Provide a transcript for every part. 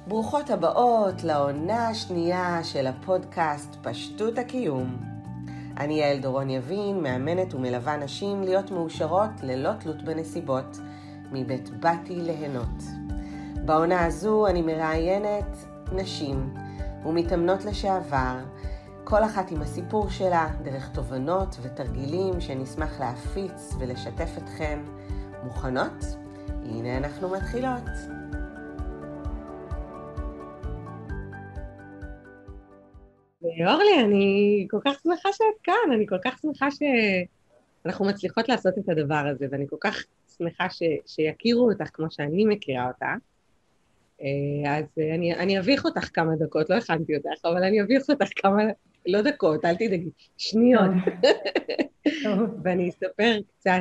ברוכות הבאות לעונה השנייה של הפודקאסט פשטות הקיום. אני יעל דורון יבין, מאמנת ומלווה נשים להיות מאושרות ללא תלות בנסיבות, מבית באתי ליהנות. בעונה הזו אני מראיינת נשים ומתאמנות לשעבר, כל אחת עם הסיפור שלה, דרך תובנות ותרגילים שנשמח להפיץ ולשתף אתכם. מוכנות? הנה אנחנו מתחילות. אורלי, אני כל כך שמחה שאת כאן, אני כל כך שמחה שאנחנו מצליחות לעשות את הדבר הזה, ואני כל כך שמחה שיכירו אותך כמו שאני מכירה אותך. אז אני אביך אותך כמה דקות, לא הכנתי אותך, אבל אני אביך אותך כמה, לא דקות, אל תדאגי, שניות. ואני אספר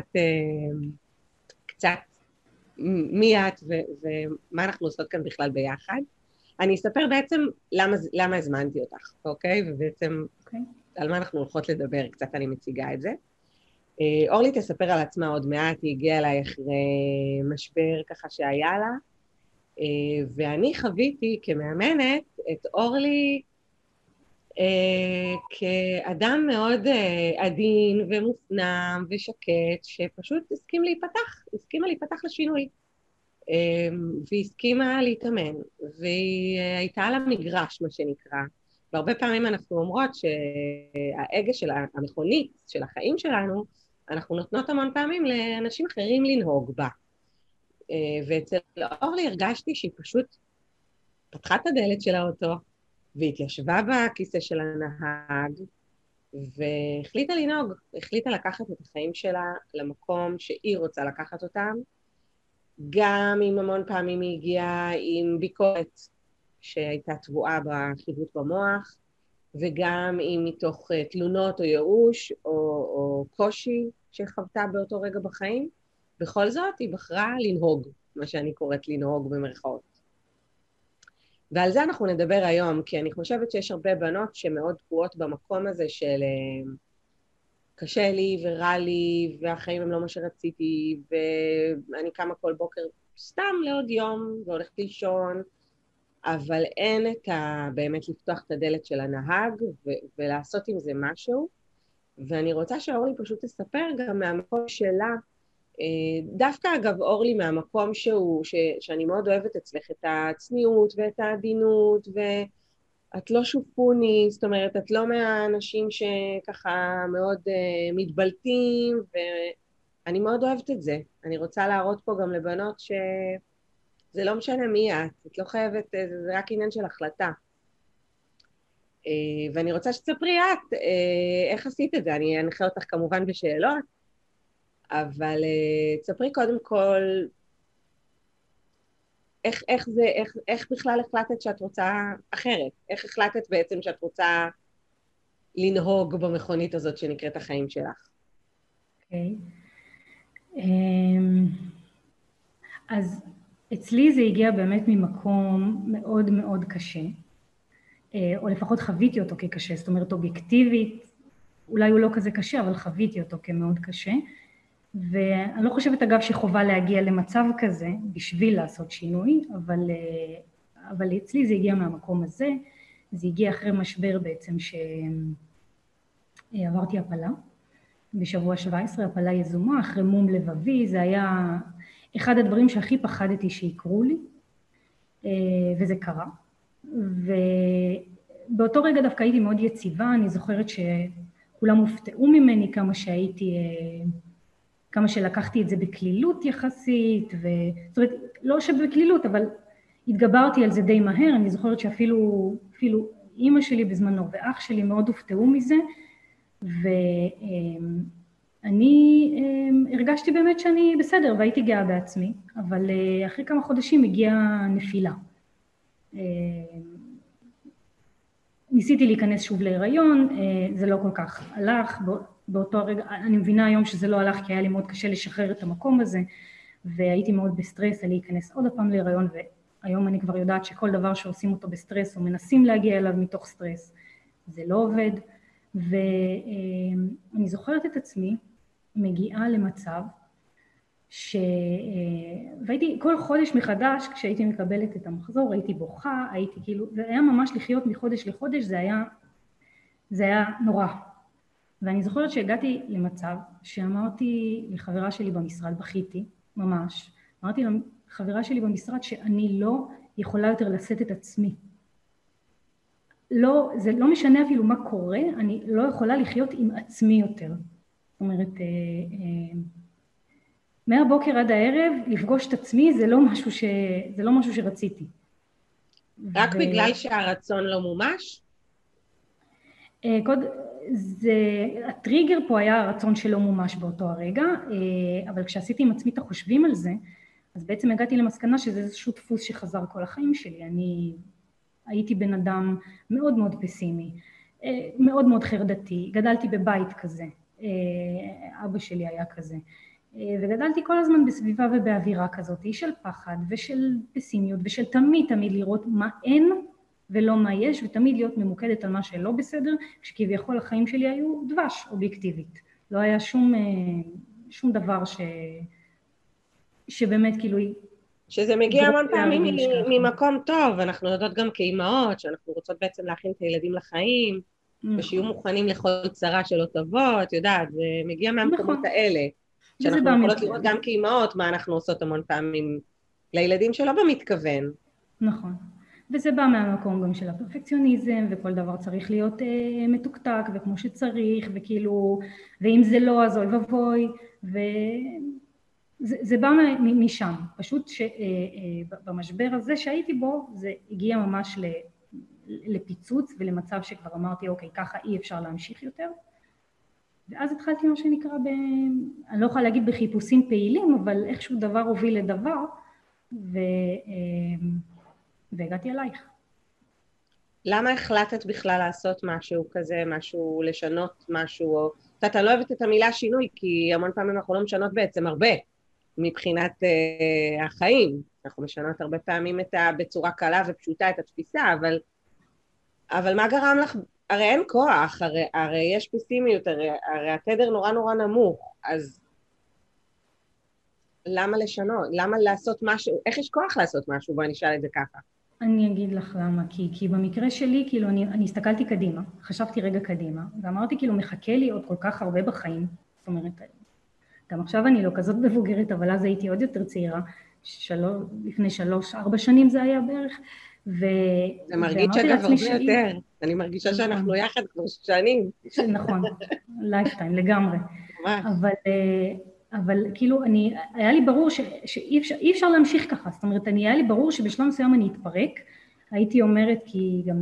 קצת מי את ומה אנחנו עושות כאן בכלל ביחד. אני אספר בעצם למה הזמנתי אותך, אוקיי? ובעצם על מה אנחנו הולכות לדבר, קצת אני מציגה את זה. אורלי תספר על עצמה עוד מעט, היא הגיעה אליי אחרי משבר ככה שהיה לה, ואני חוויתי כמאמנת את אורלי כאדם מאוד עדין ומופנם ושקט, שפשוט הסכימה להיפתח לשינוי. והסכימה להתאמן, והיא הייתה על המגרש, מה שנקרא. והרבה פעמים אנחנו אומרות שהאגה של המכונית, של החיים שלנו, אנחנו נותנות המון פעמים לאנשים אחרים לנהוג בה. ואצל אורלי הרגשתי שהיא פשוט פתחה את הדלת של האוטו, והתיישבה בכיסא של הנהג, והחליטה לנהוג, החליטה לקחת את החיים שלה למקום שהיא רוצה לקחת אותם, גם אם המון פעמים היא הגיעה עם ביקורת שהייתה טבועה בחיווט במוח, וגם אם מתוך תלונות או ייאוש או קושי שחוותה באותו רגע בחיים, בכל זאת היא בחרה לנהוג, מה שאני קוראת לנהוג במרכאות. ועל זה אנחנו נדבר היום, כי אני חושבת שיש הרבה בנות שמאוד תקועות במקום הזה של קשה לי ורע לי, והחיים הם לא מה שרציתי, ואני קמה כל בוקר סתם לעוד יום, והולכת לישון, אבל אין באמת לפתוח את הדלת של הנהג, ולעשות עם זה משהו. ואני רוצה שאורלי פשוט תספר גם מהמקום שלה, דווקא אגב אורלי מהמקום שאני מאוד אוהבת אצלך, את הצניעות ואת העדינות, את לא שופוני, זאת אומרת, את לא מהאנשים שככה מאוד מתבלטים, ואני מאוד אוהבת את זה. אני רוצה להראות פה גם לבנות שזה לא משנה מי את לא חייבת, זה רק עניין של החלטה. ואני רוצה שתספרי את, איך עשית את זה? אני אנחה אותך כמובן בשאלות, אבל תספרי קודם כל, איך בכלל החלטת שאת רוצה אחרת? איך החלטת בעצם שאת רוצה לנהוג במכונית הזאת שנקראת החיים שלך? אוקיי. אז אצלי זה הגיע באמת ממקום מאוד מאוד קשה, או לפחות חוויתי אותו כקשה, זאת אומרת אובייקטיבית, אולי הוא לא כזה קשה, אבל חוויתי אותו כמאוד קשה, ואני לא חושבת אגב שחובה להגיע למצב כזה בשביל לעשות שינוי, אבל אצלי זה הגיע מהמקום הזה, זה הגיע אחרי משבר בעצם שעברתי הפלה, בשבוע 17, הפלה יזומה, אחרי מום לבבי, זה היה אחד הדברים שהכי פחדתי שיקרו לי, וזה קרה. ובאותו רגע דווקא הייתי מאוד יציבה, אני זוכרת שכולם הופתעו ממני כמה שלקחתי את זה בקלילות יחסית, זאת אומרת, לא שבקלילות, אבל התגברתי על זה די מהר, אני זוכרת שאפילו אמא שלי בזמנו ואח שלי מאוד הופתעו מזה, ואני הרגשתי באמת שאני בסדר והייתי גאה בעצמי, אבל אחרי כמה חודשים הגיעה נפילה. ניסיתי להיכנס שוב להיריון, זה לא כל כך הלך, באותו הרגע, אני מבינה היום שזה לא הלך כי היה לי מאוד קשה לשחרר את המקום הזה, והייתי מאוד בסטרס על להיכנס עוד הפעם להיריון, והיום אני כבר יודעת שכל דבר שעושים אותו בסטרס או מנסים להגיע אליו מתוך סטרס, זה לא עובד, ואני זוכרת את עצמי מגיעה למצב והייתי כל חודש מחדש, כשהייתי מקבלת את המחזור, הייתי בוכה, הייתי כאילו, זה היה ממש לחיות מחודש לחודש, זה היה נורא. ואני זוכרת שהגעתי למצב שאמרתי לחברה שלי במשרד, בכיתי, ממש, אמרתי לחברה שלי במשרד שאני לא יכולה יותר לשאת את עצמי. לא, זה לא משנה אפילו מה קורה, אני לא יכולה לחיות עם עצמי יותר. זאת אומרת, מהבוקר עד הערב לפגוש את עצמי זה לא משהו שרציתי. רק בגלל שהרצון לא מומש? הטריגר פה היה הרצון שלא מומש באותו הרגע, אבל כשעשיתי עם עצמי את החושבים על זה, אז בעצם הגעתי למסקנה שזה איזשהו דפוס שחזר כל החיים שלי. אני הייתי בן אדם מאוד מאוד פסימי, מאוד מאוד חרדתי, גדלתי בבית כזה, אבא שלי היה כזה, וגדלתי כל הזמן בסביבה ובאווירה כזאת, של פחד ושל פסימיות ושל תמיד לראות מה אין ולא מה יש, ותמיד להיות ממוקדת על מה שלא בסדר, כשכביכול החיים שלי היו דבש אובייקטיבית. לא היה שום דבר שבאמת כאילו... שזה מגיע המון פעמים ממקום טוב, אנחנו יודעות גם כאימהות, שאנחנו רוצות בעצם להכין את הילדים לחיים, ושיהיו מוכנים לכל צרה שלא תבוא, את יודעת, זה מגיע מהמקומות האלה, שאנחנו יכולות לראות גם כאימהות, מה אנחנו עושות המון פעמים לילדים שלא במתכוון. נכון. וזה בא מהמקום גם של הפרפקציוניזם, וכל דבר צריך להיות מתוקתק, וכמו שצריך, וכאילו, ואם זה לא, אז אוי ובוי, זה בא משם. פשוט שבמשבר הזה שהייתי בו, זה הגיע ממש לפיצוץ, ולמצב שכבר אמרתי, אוקיי, ככה אי אפשר להמשיך יותר. ואז התחלתי מה שנקרא, אני לא יכולה להגיד בחיפושים פעילים, אבל איכשהו דבר הוביל לדבר, והגעתי אלייך. למה החלטת בכלל לעשות משהו כזה, משהו, לשנות משהו, או... אתה לא אוהבת את המילה שינוי, כי המון פעמים אנחנו לא משנות בעצם הרבה, מבחינת החיים. אנחנו משנות הרבה פעמים בצורה קלה ופשוטה את התפיסה, אבל מה גרם לך? הרי אין כוח, הרי יש פסימיות, הרי התדר נורא נורא נמוך, אז למה לשנות? למה לעשות משהו? איך יש כוח לעשות משהו? בואי נשאל את זה ככה. אני אגיד לך למה, כי במקרה שלי, כאילו, אני הסתכלתי קדימה, חשבתי רגע קדימה, ואמרתי, כאילו, מחכה לי עוד כל כך הרבה בחיים, זאת אומרת, גם עכשיו אני לא כזאת מבוגרת, אבל אז הייתי עוד יותר צעירה, לפני 3-4 שנים זה היה בערך, זה מרגיש שאגב הרבה יותר, אני מרגישה שאנחנו יחד כבר שנים. נכון, לייפטיים, לגמרי. אבל כאילו היה לי ברור שאי אפשר להמשיך ככה, זאת אומרת, היה לי ברור שבשלב מסוים אני אתפרק, הייתי אומרת כי גם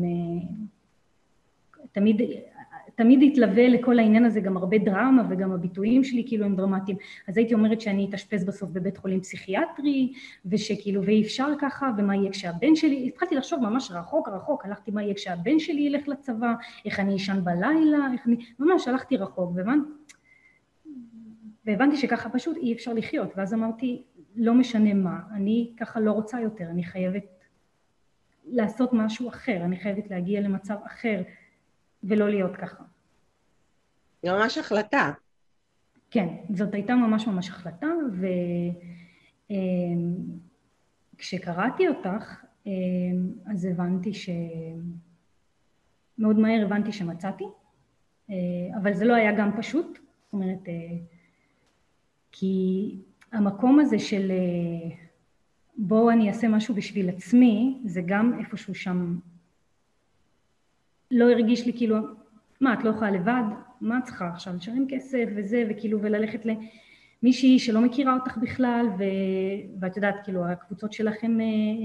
תמיד התלווה לכל העניין הזה גם הרבה דרמה, וגם הביטויים שלי כאילו הם דרמטיים, אז הייתי אומרת שאני אתאשפז בסוף בבית חולים פסיכיאטרי, ושכאילו ואי אפשר ככה, ומה יהיה כשהבן שלי, התחלתי לחשוב ממש רחוק, הלכתי מה יהיה כשהבן שלי ילך לצבא, איך אני אשן בלילה, ממש הלכתי רחוק, והבנתי שככה פשוט אי אפשר לחיות, ואז אמרתי, לא משנה מה, אני ככה לא רוצה יותר, אני חייבת לעשות משהו אחר, אני חייבת להגיע למצב אחר, ולא להיות ככה. זה ממש החלטה. כן, זאת הייתה ממש החלטה, וכשקראתי אותך, אז הבנתי מאוד מהר הבנתי שמצאתי, אבל זה לא היה גם פשוט, זאת אומרת, כי המקום הזה של בואו אני אעשה משהו בשביל עצמי, זה גם איפשהו שם לא הרגיש לי כאילו, מה, את לא יכולה לבד? מה את צריכה עכשיו? לשלם כסף וזה, וכאילו, וללכת למישהי שלא מכירה אותך בכלל, ואת יודעת, כאילו, הקבוצות שלכם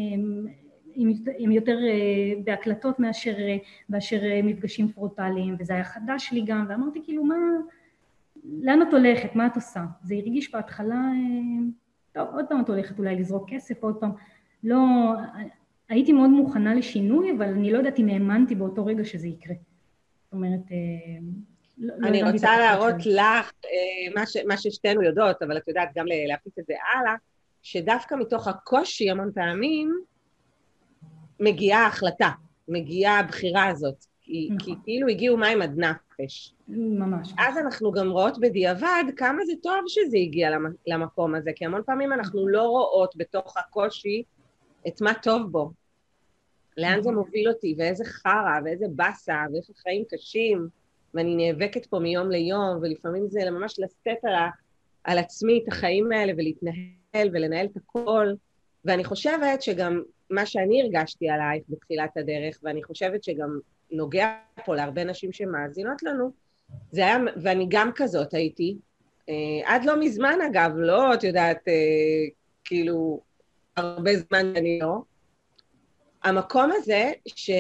הם יותר בהקלטות מאשר מפגשים פרונטליים, וזה היה חדש לי גם, ואמרתי כאילו, לאן את הולכת? מה את עושה? זה הרגיש בהתחלה, טוב, עוד פעם את הולכת אולי לזרוק כסף, עוד פעם, לא, הייתי מאוד מוכנה לשינוי, אבל אני לא יודעת אם האמנתי באותו רגע שזה יקרה. זאת אומרת, אני רוצה להראות לך מה ששתינו יודעות, אבל את יודעת גם להפיץ את זה הלאה, שדווקא מתוך הקושי המון פעמים מגיעה ההחלטה, מגיעה הבחירה הזאת. כי כאילו הגיעו מים עד נפש. ממש. אז אנחנו גם רואות בדיעבד כמה זה טוב שזה הגיע למקום הזה, כי המון פעמים אנחנו לא רואות בתוך הקושי את מה טוב בו. לאן זה מוביל אותי, ואיזה חרה, ואיזה בסה, ואיך החיים קשים, ואני נאבקת פה מיום ליום, ולפעמים זה ממש לשאת על עצמי את החיים האלה, ולהתנהל ולנהל את הכל. ואני חושבת שגם מה שאני הרגשתי עלייך בתחילת הדרך, ואני חושבת שגם נוגע פה להרבה נשים שמאזינות לנו, זה היה, ואני גם כזאת הייתי, עד לא מזמן אגב, לא, את יודעת, כאילו, הרבה זמן אני לא, המקום הזה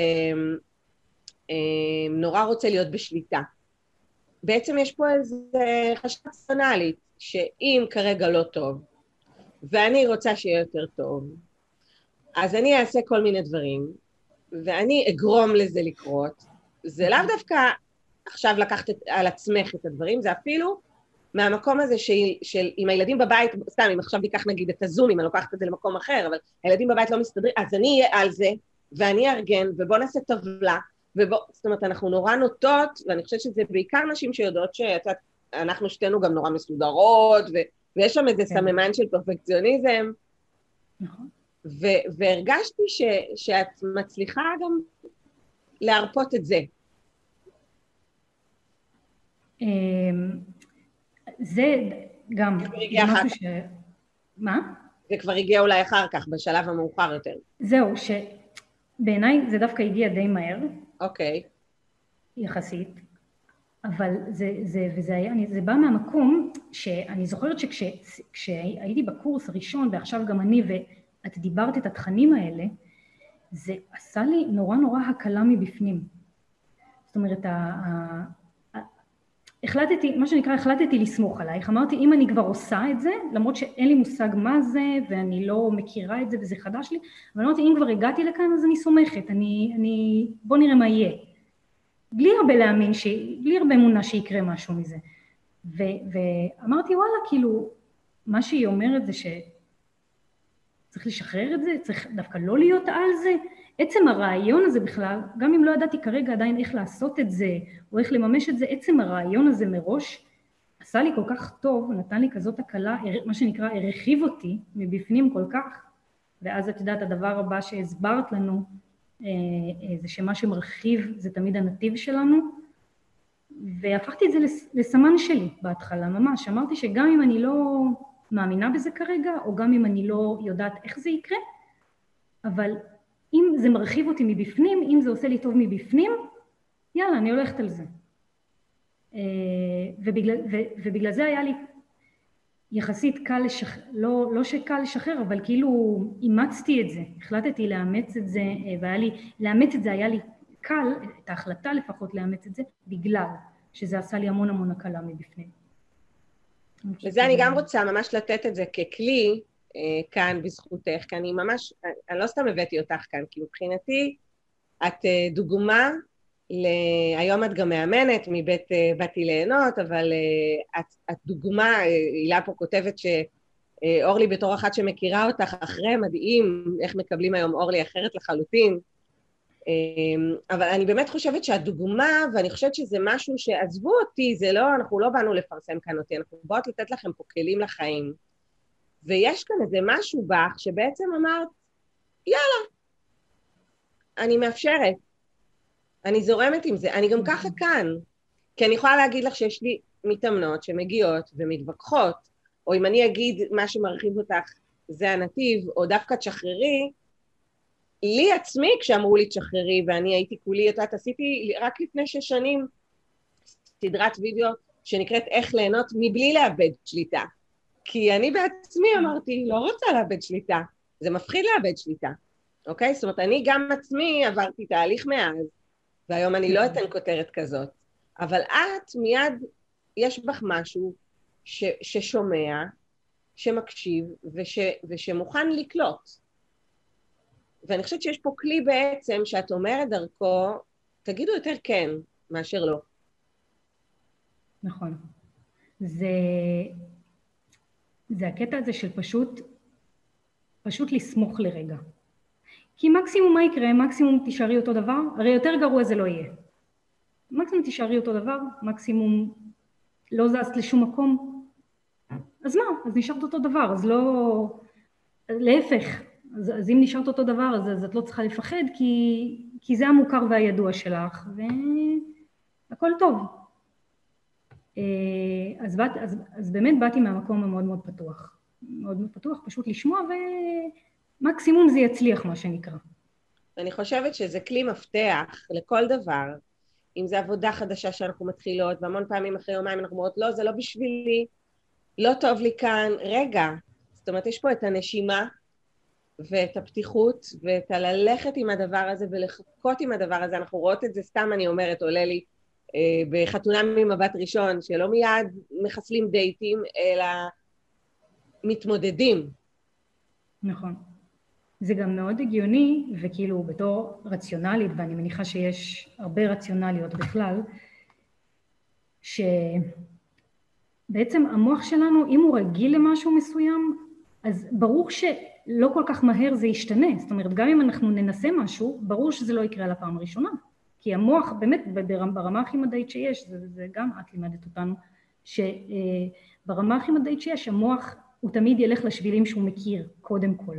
שנורא רוצה להיות בשליטה. בעצם יש פה איזו חשש פרסונלית, שאם כרגע לא טוב, ואני רוצה שיהיה יותר טוב, אז אני אעשה כל מיני דברים, ואני אגרום לזה לקרות. זה לאו דווקא עכשיו לקחת על עצמך את הדברים, זה אפילו מהמקום הזה של אם הילדים בבית, סתם, אם עכשיו ניקח נגיד את הזום, אם אני לוקחת את זה למקום אחר, אבל הילדים בבית לא מסתדרים, אז אני אהיה על זה, ואני ארגן, ובוא נעשה טבלה, זאת אומרת, אנחנו נורא נוטות, ואני חושבת שזה בעיקר נשים שיודעות שאנחנו שתינו גם נורא מסודרות, ויש שם איזה סממן של פרפקציוניזם, והרגשתי שאת מצליחה גם להרפות את זה. זה גם משהו ש... מה? זה כבר הגיע אולי אחר כך, בשלב המאוחר יותר. זהו, שבעיניי זה דווקא הגיע די מהר. אוקיי. יחסית. אבל זה בא מהמקום שאני זוכרת שכשהייתי בקורס הראשון, ועכשיו גם אני, ואת דיברת את התכנים האלה, זה עשה לי נורא נורא הקלה מבפנים. זאת אומרת, החלטתי לסמוך עלייך, אמרתי אם אני כבר עושה את זה, למרות שאין לי מושג מה זה ואני לא מכירה את זה וזה חדש לי, אבל אמרתי אם כבר הגעתי לכאן אז אני סומכת, בוא נראה מה יהיה. בלי הרבה אמונה שיקרה משהו מזה. ואמרתי וואלה, כאילו, מה שהיא אומרת זה שצריך לשחרר את זה, צריך דווקא לא להיות על זה, עצם הרעיון הזה בכלל, גם אם לא ידעתי כרגע עדיין איך לעשות את זה, או איך לממש את זה, עצם הרעיון הזה מראש, עשה לי כל כך טוב, נתן לי כזאת הקלה, מה שנקרא, הרחיב אותי מבפנים כל כך, ואז את יודעת, הדבר הבא שהסברת לנו, זה שמה שמרחיב זה תמיד הנתיב שלנו, והפכתי את זה לסמן שלי בהתחלה, ממש. אמרתי שגם אם אני לא מאמינה בזה כרגע, או גם אם אני לא יודעת איך זה יקרה, אבל אם זה מרחיב אותי מבפנים, אם זה עושה לי טוב מבפנים, יאללה, אני הולכת על זה. ובגלל זה היה לי יחסית קל לשחרר, לא שקל לשחרר, אבל כאילו אימצתי את זה, החלטתי לאמץ את זה, לאמץ את זה היה לי קל, את ההחלטה לפחות לאמץ את זה, בגלל שזה עשה לי המון המון הקלה מבפנים. וזה אני גם רוצה ממש לתת את זה ככלי, כאן בזכותך, כי אני ממש, אני לא סתם הבאתי אותך כאן, כי מבחינתי את דוגמה, היום את גם מאמנת מבית באתי ליהנות, אבל את דוגמה, הילה פה כותבת שאורלי בתור אחת שמכירה אותך אחרי מדהים, איך מקבלים היום אורלי אחרת לחלוטין, אבל אני באמת חושבת שאת דוגמה, ואני חושבת שזה משהו שעזבו אותי, זה לא, אנחנו לא באנו לפרסם כאן אותי, אנחנו באות לתת לכם פה כלים לחיים, ויש כאן איזה משהו בך שבעצם אמרת, יאללה, אני מאפשרת, אני זורמת עם זה, אני גם ככה כאן, כי אני יכולה להגיד לך שיש לי מתאמנות שמגיעות ומתווכחות, או אם אני אגיד מה שמרחיב אותך זה הנתיב, או דווקא תשחררי, לי עצמי כשאמרו לי תשחררי, ואני הייתי כולי, עשיתי רק לפני 6 שנים סדרת וידאו שנקראת איך ליהנות מבלי לאבד שליטה. כי אני בעצמי אמרתי, לא רוצה לאבד שליטה, זה מפחיד לאבד שליטה, אוקיי? זאת אומרת, אני גם עצמי עברתי תהליך מאז, והיום אני לא אתן כותרת כזאת, אבל את מיד, יש בך משהו ששומע, שמקשיב, ושמוכן לקלוט. ואני חושבת שיש פה כלי בעצם, שאת אומרת דרכו, תגידו יותר כן, מאשר לא. נכון. זה הקטע הזה של פשוט לסמוך לרגע. כי מקסימום מה יקרה? מקסימום תישארי אותו דבר? הרי יותר גרוע זה לא יהיה. מקסימום תישארי אותו דבר, מקסימום לא זזת לשום מקום, אז מה? אז נשארת אותו דבר, אז לא... להפך, אז אם נשארת אותו דבר, אז את לא צריכה לפחד, כי זה המוכר והידוע שלך, והכל טוב. אז באמת באתי מהמקום המאוד מאוד פתוח. מאוד מאוד פתוח, פשוט לשמוע, ומקסימום זה יצליח, מה שנקרא. אני חושבת שזה כלי מפתח לכל דבר, אם זה עבודה חדשה שאנחנו מתחילות, והמון פעמים אחרי יומיים אנחנו אומרות, לא, זה לא בשבילי, לא טוב לי כאן, רגע. זאת אומרת, יש פה את הנשימה, ואת הפתיחות, ואת הללכת עם הדבר הזה, ולחכות עם הדבר הזה. אנחנו רואות את זה, סתם אני אומרת, עולה לי, בחתונה ממבט ראשון, שלא מיד מחסלים דייטים, אלא מתמודדים. נכון. זה גם מאוד הגיוני, וכאילו בתור רציונלית, ואני מניחה שיש הרבה רציונליות בכלל, שבעצם המוח שלנו, אם הוא רגיל למשהו מסוים, אז ברור שלא כל כך מהר זה ישתנה. זאת אומרת, גם אם אנחנו ננסה משהו, ברור שזה לא יקרה על הפעם הראשונה. כי המוח, באמת, ברמה הכי מדעית שיש, זה גם את לימדת אותנו, שברמה הכי מדעית שיש, המוח הוא תמיד ילך לשבילים שהוא מכיר, קודם כל.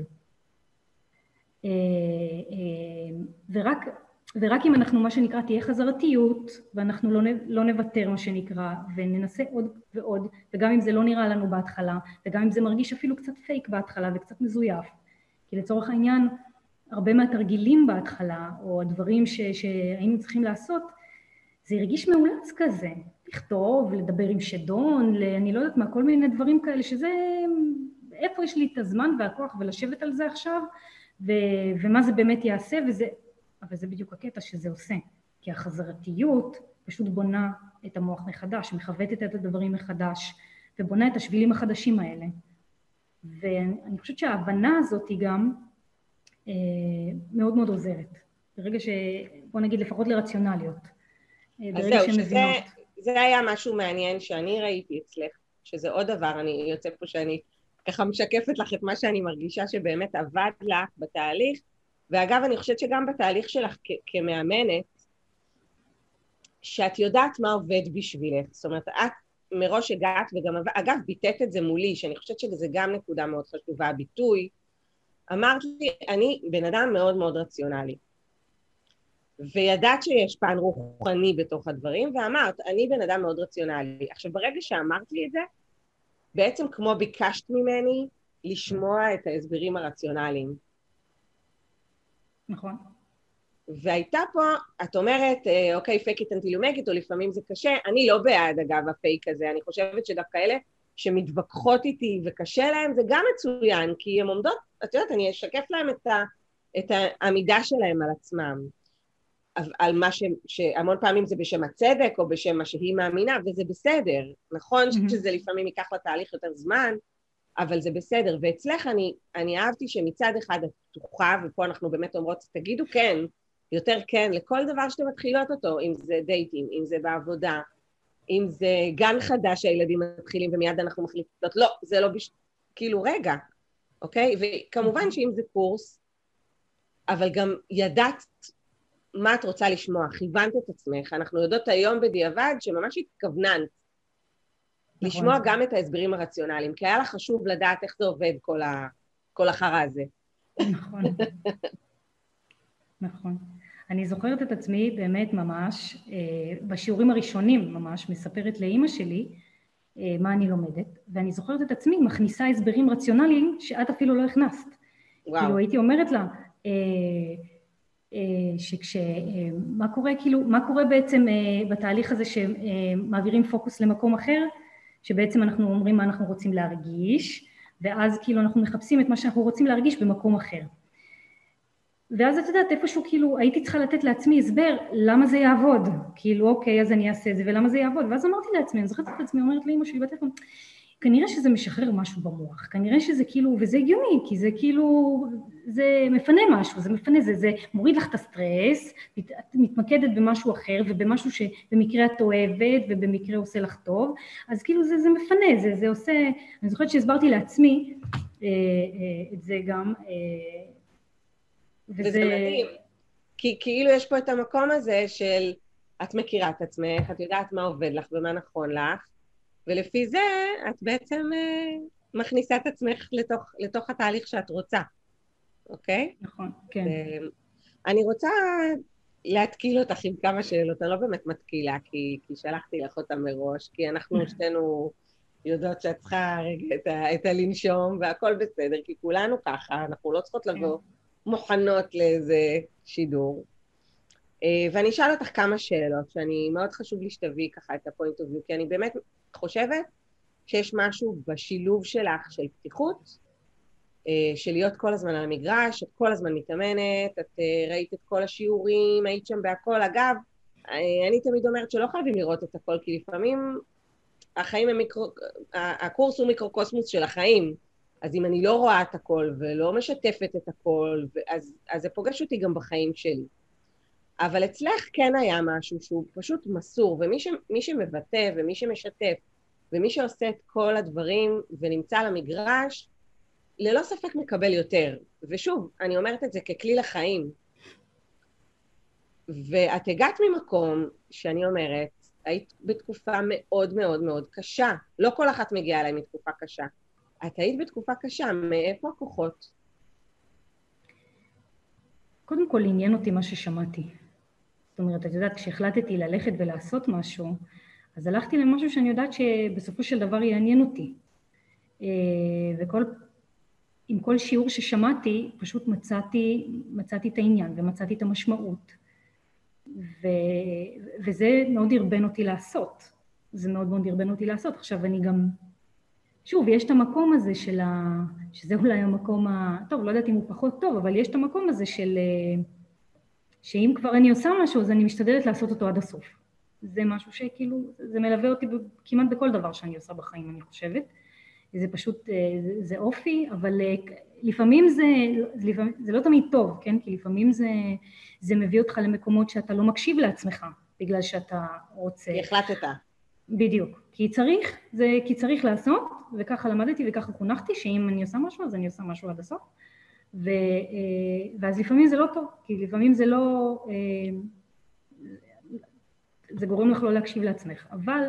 ורק אם אנחנו, מה שנקרא, תהיה חזרתיות, ואנחנו לא נוותר, מה שנקרא, וננסה עוד ועוד, וגם אם זה לא נראה לנו בהתחלה, וגם אם זה מרגיש אפילו קצת פייק בהתחלה וקצת מזויף, כי לצורך העניין, הרבה מהתרגילים בהתחלה, או הדברים שהיינו צריכים לעשות, זה הרגיש מאולץ כזה, לכתוב, לדבר עם שדון, אני לא יודעת מה, כל מיני דברים כאלה, שזה, איפה יש לי את הזמן והכוח ולשבת על זה עכשיו, ומה זה באמת יעשה, אבל זה בדיוק הקטע שזה עושה, כי החזרתיות פשוט בונה את המוח מחדש, מחוותת את הדברים מחדש, ובונה את השבילים החדשים האלה. ואני חושבת שההבנה הזאת היא גם מאוד מאוד עוזרת, ברגע בוא נגיד לפחות לרציונליות. אז זהו, שזה היה משהו מעניין שאני ראיתי אצלך, שזה עוד דבר, אני יוצא פה שאני ככה משקפת לך את מה שאני מרגישה שבאמת עבד לך בתהליך, ואגב אני חושבת שגם בתהליך שלך כמאמנת, שאת יודעת מה עובד בשבילך, זאת אומרת את מראש הגעת וגם אגב ביטאת את זה מולי, שאני חושבת שזה גם נקודה מאוד חשובה, הביטוי, אמרת לי אני בן אדם מאוד מאוד רציונלי, וידעת שיש פן רוחני בתוך הדברים, ואמרת אני בן אדם מאוד רציונלי, עכשיו ברגע שאמרת לי את זה, בעצם כמו ביקשת ממני לשמוע את ההסברים הרציונליים. נכון. והייתה פה, את אומרת, אוקיי, fake it until you make it, או לפעמים זה קשה, אני לא בעד אגב הפייק הזה, אני חושבת שדווקא אלה שמתווכחות איתי וקשה להם, זה גם מצוין, כי הן עומדות, את יודעת, אני אשקף להם את העמידה שלהם על עצמם, על מה שהמון פעמים זה בשם הצדק, או בשם מה שהיא מאמינה, וזה בסדר, נכון שזה לפעמים ייקח לתהליך יותר זמן, אבל זה בסדר, ואצלך אני אהבתי שמצד אחד את פתוחה, ופה אנחנו באמת אומרות, תגידו כן, יותר כן, לכל דבר שאתם מתחילות אותו, אם זה דייטים, אם זה בעבודה, אם זה גן חדש שהילדים מתחילים, ומיד אנחנו מחליטות, לא, זה לא כאילו רגע, אוקיי? וכמובן שאם זה קורס, אבל גם ידעת מה את רוצה לשמוע, כיוונת את עצמך, אנחנו יודעות היום בדיעבד שממש התכווננת, לשמוע גם את ההסברים הרציונליים, כי היה לך חשוב לדעת איך זה עובד כל החרה הזה. נכון. נכון. אני זוכרת את עצמי באמת ממש, בשיעורים הראשונים ממש, מספרת לאמא שלי מה אני לומדת, ואני זוכרת את עצמי מכניסה הסברים רציונליים שאת אפילו לא הכנסת. וואו. כאילו הייתי אומרת לה, מה קורה, כאילו, מה קורה בעצם בתהליך הזה שמעבירים פוקוס למקום אחר, שבעצם אנחנו אומרים מה אנחנו רוצים להרגיש, ואז כאילו אנחנו מחפשים את מה שאנחנו רוצים להרגיש במקום אחר. ואז את יודעת, איפשהו כאילו הייתי צריכה לתת לעצמי הסבר למה זה יעבוד, כאילו אוקיי אז אני אעשה את זה ולמה זה יעבוד, ואז אמרתי לעצמי, אני זוכרת את עצמי, אומרת לאמא שלי בטלפון, כנראה שזה משחרר משהו במוח, כנראה שזה כאילו, וזה הגיוני, כי זה כאילו, זה מפנה משהו, זה מפנה, זה מוריד לך את הסטרס, את מתמקדת במשהו אחר, ובמשהו שבמקרה את אוהבת, ובמקרה עושה לך טוב, אז כאילו זה מפנה, זה עושה, אני זוכרת שהסברתי לעצמי את זה גם, וזה מדהים, כי כאילו יש פה את המקום הזה של, את מכירה את עצמך, את יודעת מה עובד לך ומה נכון לך, ולפי זה את בעצם מכניסה את עצמך לתוך התהליך שאת רוצה, אוקיי? נכון, כן. אני רוצה להתקיל אותך עם כמה שאלות, אני לא באמת מתקילה, כי שלחתי לך אותה מראש, כי אנחנו שתינו יודעות שאת צריכה רגע את הלנשום, והכל בסדר, כי כולנו ככה, אנחנו לא צריכות לבוא מוכנות לאיזה שידור. ואני אשאל אותך כמה שאלות, שאני מאוד חשוב לי שתביאי ככה את הפוינט אוף ויו, כי אני באמת חושבת שיש משהו בשילוב שלך של פתיחות, של להיות כל הזמן על המגרש, את כל הזמן מתאמנת, את ראית את כל השיעורים, היית שם בהכל. אגב, אני תמיד אומרת שלא חייבים לראות את הכל, כי לפעמים החיים הם הקורס הוא מיקרוקוסמוס של החיים, אז אם אני לא רואה את הכל ולא משתפת את הכל, אז זה פוגש אותי גם בחיים שלי. אבל אצלך כן היה משהו שהוא פשוט מסור, ומי שמבטא ומי שמשתף ומי שעושה את כל הדברים ונמצא על המגרש, ללא ספק מקבל יותר. ושוב, אני אומרת את זה ככלי לחיים. ואת הגעת ממקום שאני אומרת, היית בתקופה מאוד מאוד מאוד קשה. לא כל אחת מגיעה אליי מתקופה קשה. את היית בתקופה קשה, מאיפה הכוחות? קודם כל עניין אותי מה ששמעתי. זאת אומרת, את יודעת, כשהחלטתי ללכת ולעשות משהו, אז הלכתי למשהו שאני יודעת שבסופו של דבר יעניין אותי. עם כל שיעור ששמעתי, פשוט מצאתי את העניין ומצאתי את המשמעות. וזה מאוד הרבן אותי לעשות. זה מאוד מאוד הרבן אותי לעשות. עכשיו אני גם, שוב, יש את המקום הזה שזה אולי המקום טוב, לא יודעת אם הוא פחות טוב, אבל יש את המקום הזה שאם כבר אני עושה משהו, אז אני משתדלת לעשות אותו עד הסוף. זה משהו שכאילו, זה מלווה אותי כמעט בכל דבר שאני עושה בחיים, אני חושבת. זה פשוט, זה אופי, אבל לפעמים זה לא תמיד טוב, כן? כי לפעמים זה מביא אותך למקומות שאתה לא מקשיב לעצמך, בגלל שאתה רוצה. החלטת. בדיוק. כי צריך לעשות, וככה למדתי וככה חונכתי, שאם אני עושה משהו, אז אני עושה משהו עד הסוף. ואז לפעמים זה לא טוב, כי לפעמים זה לא, זה גורם לך לא להקשיב לעצמך. אבל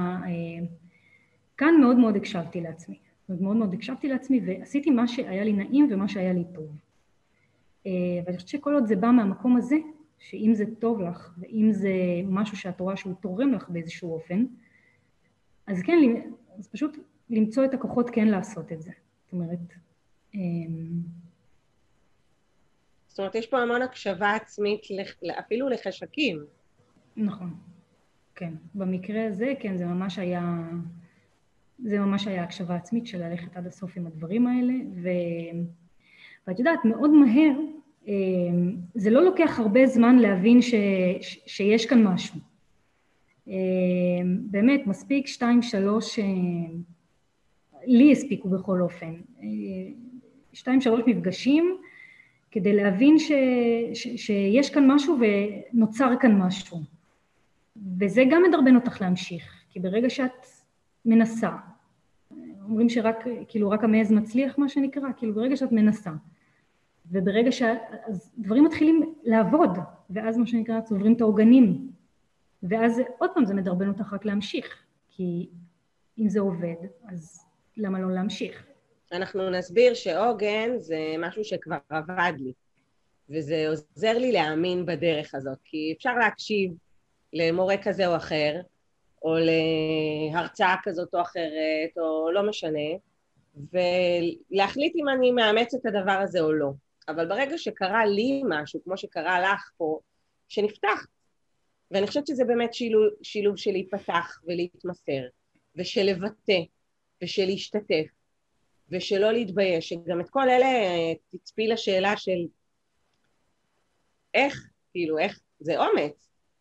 כאן מאוד מאוד הקשבתי לעצמי. מאוד מאוד הקשבתי לעצמי ועשיתי מה שהיה לי נעים ומה שהיה לי טוב. ואני חושבת שכל עוד זה בא מהמקום הזה, שאם זה טוב לך ואם זה משהו שאת רואה שהוא תורם לך באיזשהו אופן, אז כן, אז פשוט למצוא את הכוחות כן לעשות את זה. זאת אומרת, יש פה המון הקשבה עצמית אפילו לחשקים. נכון. כן, במקרה הזה, כן, זה ממש היה הקשבה עצמית של ללכת עד הסוף עם הדברים האלה, ואת יודעת, מאוד מהר, זה לא לוקח הרבה זמן להבין שיש כאן משהו. באמת, מספיק 2-3, לי הספיקו בכל אופן, 2-3 מפגשים, כדי להבין שיש כאן משהו ונוצר כאן משהו. וזה גם מדרבן אותך להמשיך, כי ברגע שאת מנסה, אומרים שרק, כאילו רק המעז מצליח מה שנקרא, כאילו ברגע שאת מנסה, וברגע אז דברים מתחילים לעבוד, ואז מה שנקרא צוברים את העוגנים, ואז עוד פעם זה מדרבן אותך רק להמשיך, כי אם זה עובד, אז למה לא להמשיך? אנחנו נסביר שעוגן זה משהו שכבר עבד לי, וזה עוזר לי להאמין בדרך הזאת, כי אפשר להקשיב למורה כזה או אחר, או להרצאה כזאת או אחרת, או לא משנה, ולהחליט אם אני מאמץ את הדבר הזה או לא. אבל ברגע שקרה לי משהו, כמו שקרה לך פה, שנפתח, ואני חושבת שזה באמת שילוב של להיפתח ולהתמסר, ושל לבטא, ושל להשתתף, ושלא להתבייש, שגם את כל אלה תצפי לשאלה של איך, כאילו איך, זה אומץ.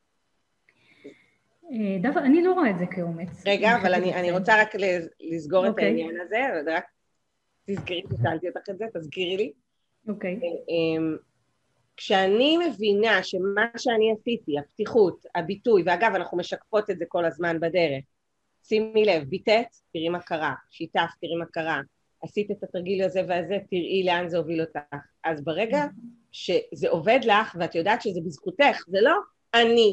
דווקא, אני לא רואה את זה כאומץ. רגע, אבל אני רוצה רק לסגור את העניין הזה, ורק תזכרי, תשאלתי אותך את זה, תזכירי לי. אוקיי. כשאני מבינה שמה שאני עשיתי, הפתיחות, הביטוי, ואגב, אנחנו משקפות את זה כל הזמן בדרך, שימי לב, ביטאת, תראי מה קרה, שיתף, תראי מה קרה, עשית את התרגיל הזה והזה, תראי לאן זה הוביל אותך. אז ברגע שזה עובד לך, ואת יודעת שזה בזכותך, זה לא אני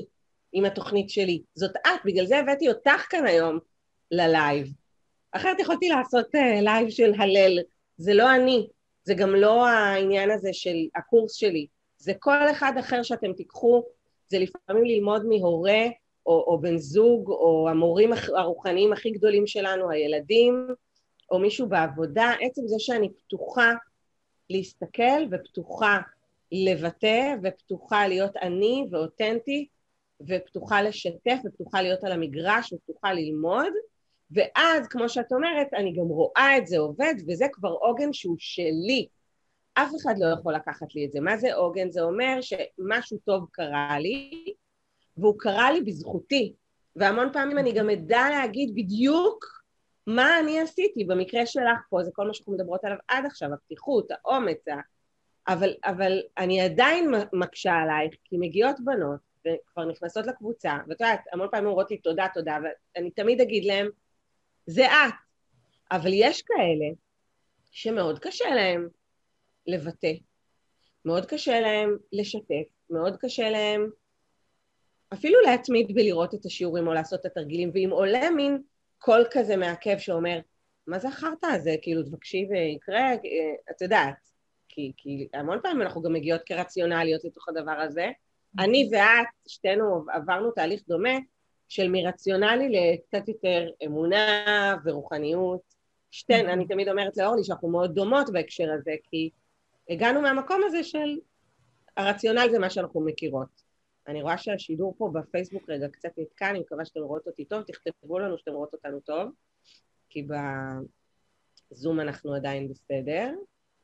עם התוכנית שלי. זאת את, בגלל זה הבאתי אותך כאן היום ללייב. אחרת יכולתי לעשות לייב של הלל, זה לא אני, זה גם לא העניין הזה של הקורס שלי, זה כל אחד אחר שאתם תיקחו, זה לפעמים ללמוד מהורה או בן זוג או המורים הרוחניים הכי גדולים שלנו, הילדים או מישהו בעבודה, עצם זה שאני פתוחה להסתכל ופתוחה לבטא ופתוחה להיות אני ואותנטי ופתוחה לשתף ופתוחה להיות על המגרש ופתוחה ללמוד, ואז כמו שאת אומרת אני גם רואה את זה עובד וזה כבר עוגן שהוא שלי, אף אחד לא יכול לקחת לי את זה. מה זה עוגן? זה אומר שמשהו טוב קרה לי והוא קרה לי בזכותי, והמון פעמים אני גם אדע להגיד בדיוק מה אני עשיתי. במקרה שלך פה זה כל מה שאנחנו מדברות עליו עד עכשיו, הפתיחות, האומץ, אבל אני עדיין מקשה עלייך, כי מגיעות בנות וכבר נכנסות לקבוצה, ואת יודעת, המון פעמים אומרות לי תודה, תודה, ואני תמיד אגיד להם, זה את. אבל יש כאלה שמאוד קשה להם לבטא, מאוד קשה להם לשתף, מאוד קשה להם אפילו להתמיד בלראות את השיעורים או לעשות את התרגילים, ואם עולה מין קול כזה מעכב שאומר, מה זה החרטא הזה? כאילו תבקשי ויקרה, את יודעת, כי המון פעמים אנחנו גם מגיעות כרציונליות לתוך הדבר הזה. אני ואת, שתינו עברנו תהליך דומה, של מרציונלי לקצת יותר אמונה ורוחניות. אני תמיד אומרת לאורלי שאנחנו מאוד דומות בהקשר הזה, כי הגענו מהמקום הזה של הרציונל זה מה שאנחנו מכירות. אני רואה שהשידור פה בפייסבוק רגע קצת נתקע, אני מקווה שאתם רואות אותי טוב, תכתבו לנו שאתם רואות אותנו טוב, כי בזום אנחנו עדיין בסדר.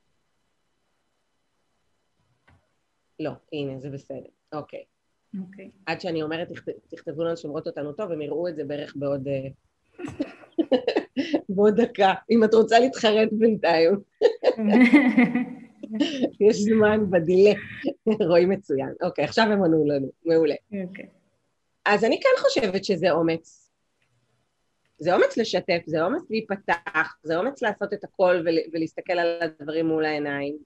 לא, הנה, זה בסדר, אוקיי. אוקיי. עד שאני אומרת, תכתבו לנו שאתם רואות אותנו טוב, הם יראו את זה בערך בעוד דקה, אם את רוצה להתחרט בינתיים. יש זמן בדילה, רואים מצוין. אוקיי, עכשיו הם ענו לנו, מעולה. אוקיי. אז אני כן חושבת שזה אומץ. זה אומץ לשתף, זה אומץ להיפתח, זה אומץ לעשות את הכל ולהסתכל על הדברים מול העיניים.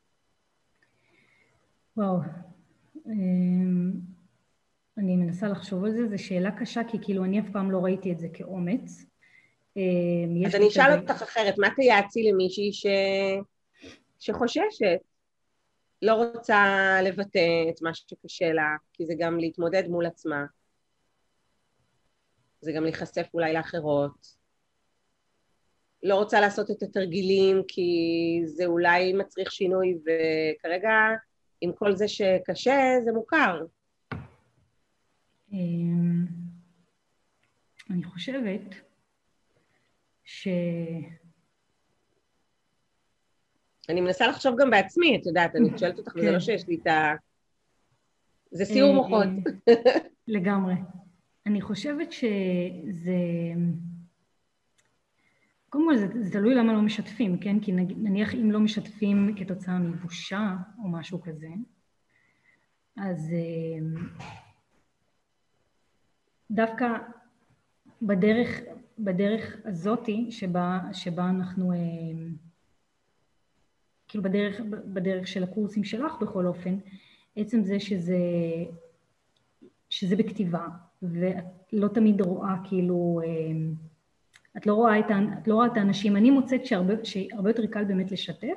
וואו. אני מנסה לחשוב על זה, זו שאלה קשה, כי כאילו אני אף פעם לא ראיתי את זה כאומץ. אז אני אשאל אותך אחרת, מה תייעצי למישהי שחוששת, לא רוצה לבטא את מה שקשה לה, כי זה גם להתמודד מול עצמה, זה גם להיחשף אולי לאחרות, לא רוצה לעשות את התרגילים כי זה אולי מצריך שינוי, וכרגע עם כל זה שקשה זה מוכר. אני חושבת אני מנסה לחשוב גם בעצמי, את יודעת, אני שואלת אותך, וזה לא שיש לי את זה סיור מוחות. לגמרי. אני חושבת שזה... קודם כל, זה תלוי למה לא משתפים, כן? כי נניח אם לא משתפים כתוצאה מבושה או משהו כזה, אז דווקא בדרך הזאתי שבה אנחנו... כאילו בדרך של הקורסים שלך בכל אופן, עצם זה שזה בכתיבה, ואת לא תמיד רואה כאילו, את לא רואה את האנשים. אני מוצאת שהרבה יותר קל באמת לשתף,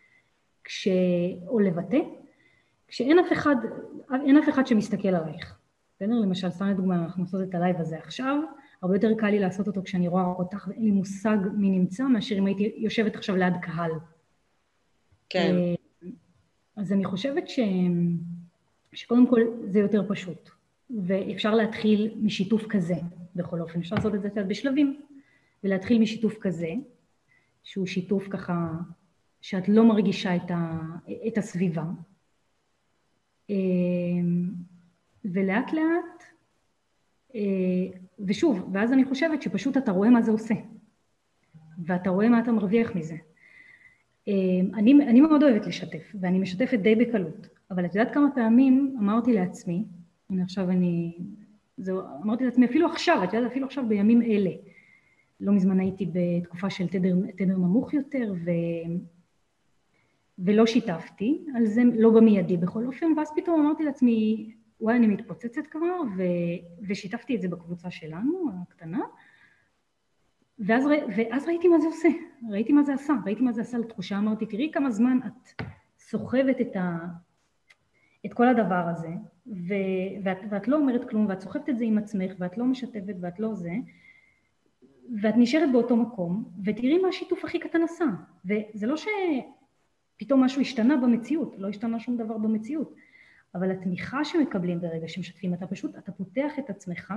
או לבטא, כשאין אף אחד שמסתכל עלייך. למשל, סתם לדוגמה, אנחנו עושות את הלייב הזה עכשיו, הרבה יותר קל לי לעשות אותו כשאני רואה אותך, ואין לי מושג מי נמצא, מאשר אם הייתי יושבת עכשיו ליד קהל. כן. אז אני חושבת שקודם כל זה יותר פשוט, ואפשר להתחיל משיתוף כזה, בכל אופן, אפשר לעשות את זה בשלבים, ולהתחיל משיתוף כזה, שהוא שיתוף ככה, שאת לא מרגישה את הסביבה, ולאט לאט, ושוב, ואז אני חושבת שפשוט אתה רואה מה זה עושה, ואתה רואה מה אתה מרוויח מזה. אני מאוד אוהבת לשתף, ואני משתפת די בקלות, אבל את יודעת כמה פעמים אמרתי לעצמי, אמרתי לעצמי אפילו עכשיו, את יודעת אפילו עכשיו בימים אלה, לא מזמן הייתי בתקופה של תדר נמוך יותר, ולא שיתפתי על זה, לא במיידי בכל אופן, ואז פתאום אמרתי לעצמי, וואי, אני מתפוצצת כבר, ושיתפתי את זה בקבוצה שלנו, הקטנה, ואז ראיתי מה זה עושה, ראיתי מה זה עשה לתחושה, אמרתי, תראי כמה זמן את סוחבת את כל הדבר הזה, ואת לא אומרת כלום, ואת סוחבת את זה עם עצמך, ואת לא משתפת, ואת לא זה, ואת נשארת באותו מקום, ותראי מה השיתוף הכי קטן עשה, וזה לא שפתאום משהו השתנה במציאות, לא השתנה שום דבר במציאות, אבל התמיכה שמקבלים ברגע שמשתפים, אתה פותח את עצמך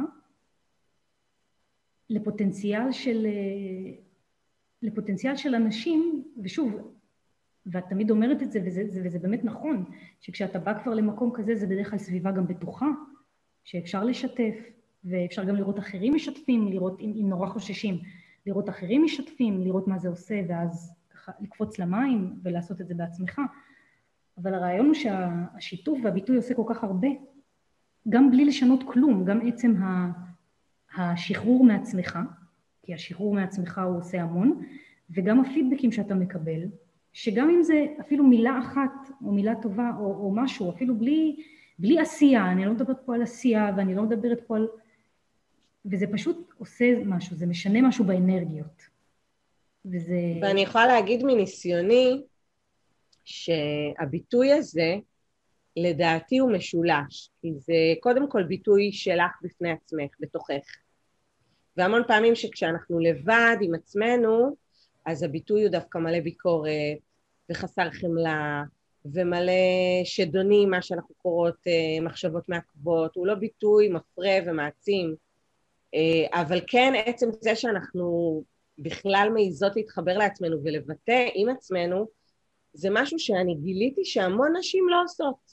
לפוטנציאל של אנשים, ושוב, ואת תמיד אומרת את זה, וזה באמת נכון, שכשאתה בא כבר למקום כזה, זה בדרך כלל סביבה גם בטוחה, שאפשר לשתף, ואפשר גם לראות אחרים משתפים, לראות אם נורא חוששים, לראות אחרים משתפים, לראות מה זה עושה, ואז ככה לקפוץ למים ולעשות את זה בעצמך. אבל הרעיון הוא שהשיתוף והביטוי עושה כל כך הרבה, גם בלי לשנות כלום, גם עצם השחרור מעצמך, כי השחרור מעצמך הוא עושה המון, וגם הפידבקים שאתה מקבל, שגם אם זה אפילו מילה אחת, או מילה טובה, או משהו, אפילו בלי עשייה, אני לא מדברת פה על עשייה, ואני לא מדברת פה על... וזה פשוט עושה משהו, זה משנה משהו באנרגיות. ואני יכולה להגיד מניסיוני, שהביטוי הזה, לדעתי הוא משולש, כי זה קודם כל ביטוי שלך בפני עצמך, בתוכך. והמון פעמים שכשאנחנו לבד עם עצמנו, אז הביטוי הוא דווקא מלא ביקורת, וחסר חמלה, ומלא שדונים, מה שאנחנו קוראות מחשבות מעכבות, הוא לא ביטוי מפרה ומעצים, אבל כן עצם זה שאנחנו בכלל מעיזות להתחבר לעצמנו ולבטא עם עצמנו, זה משהו שאני גיליתי שהמון נשים לא עושות.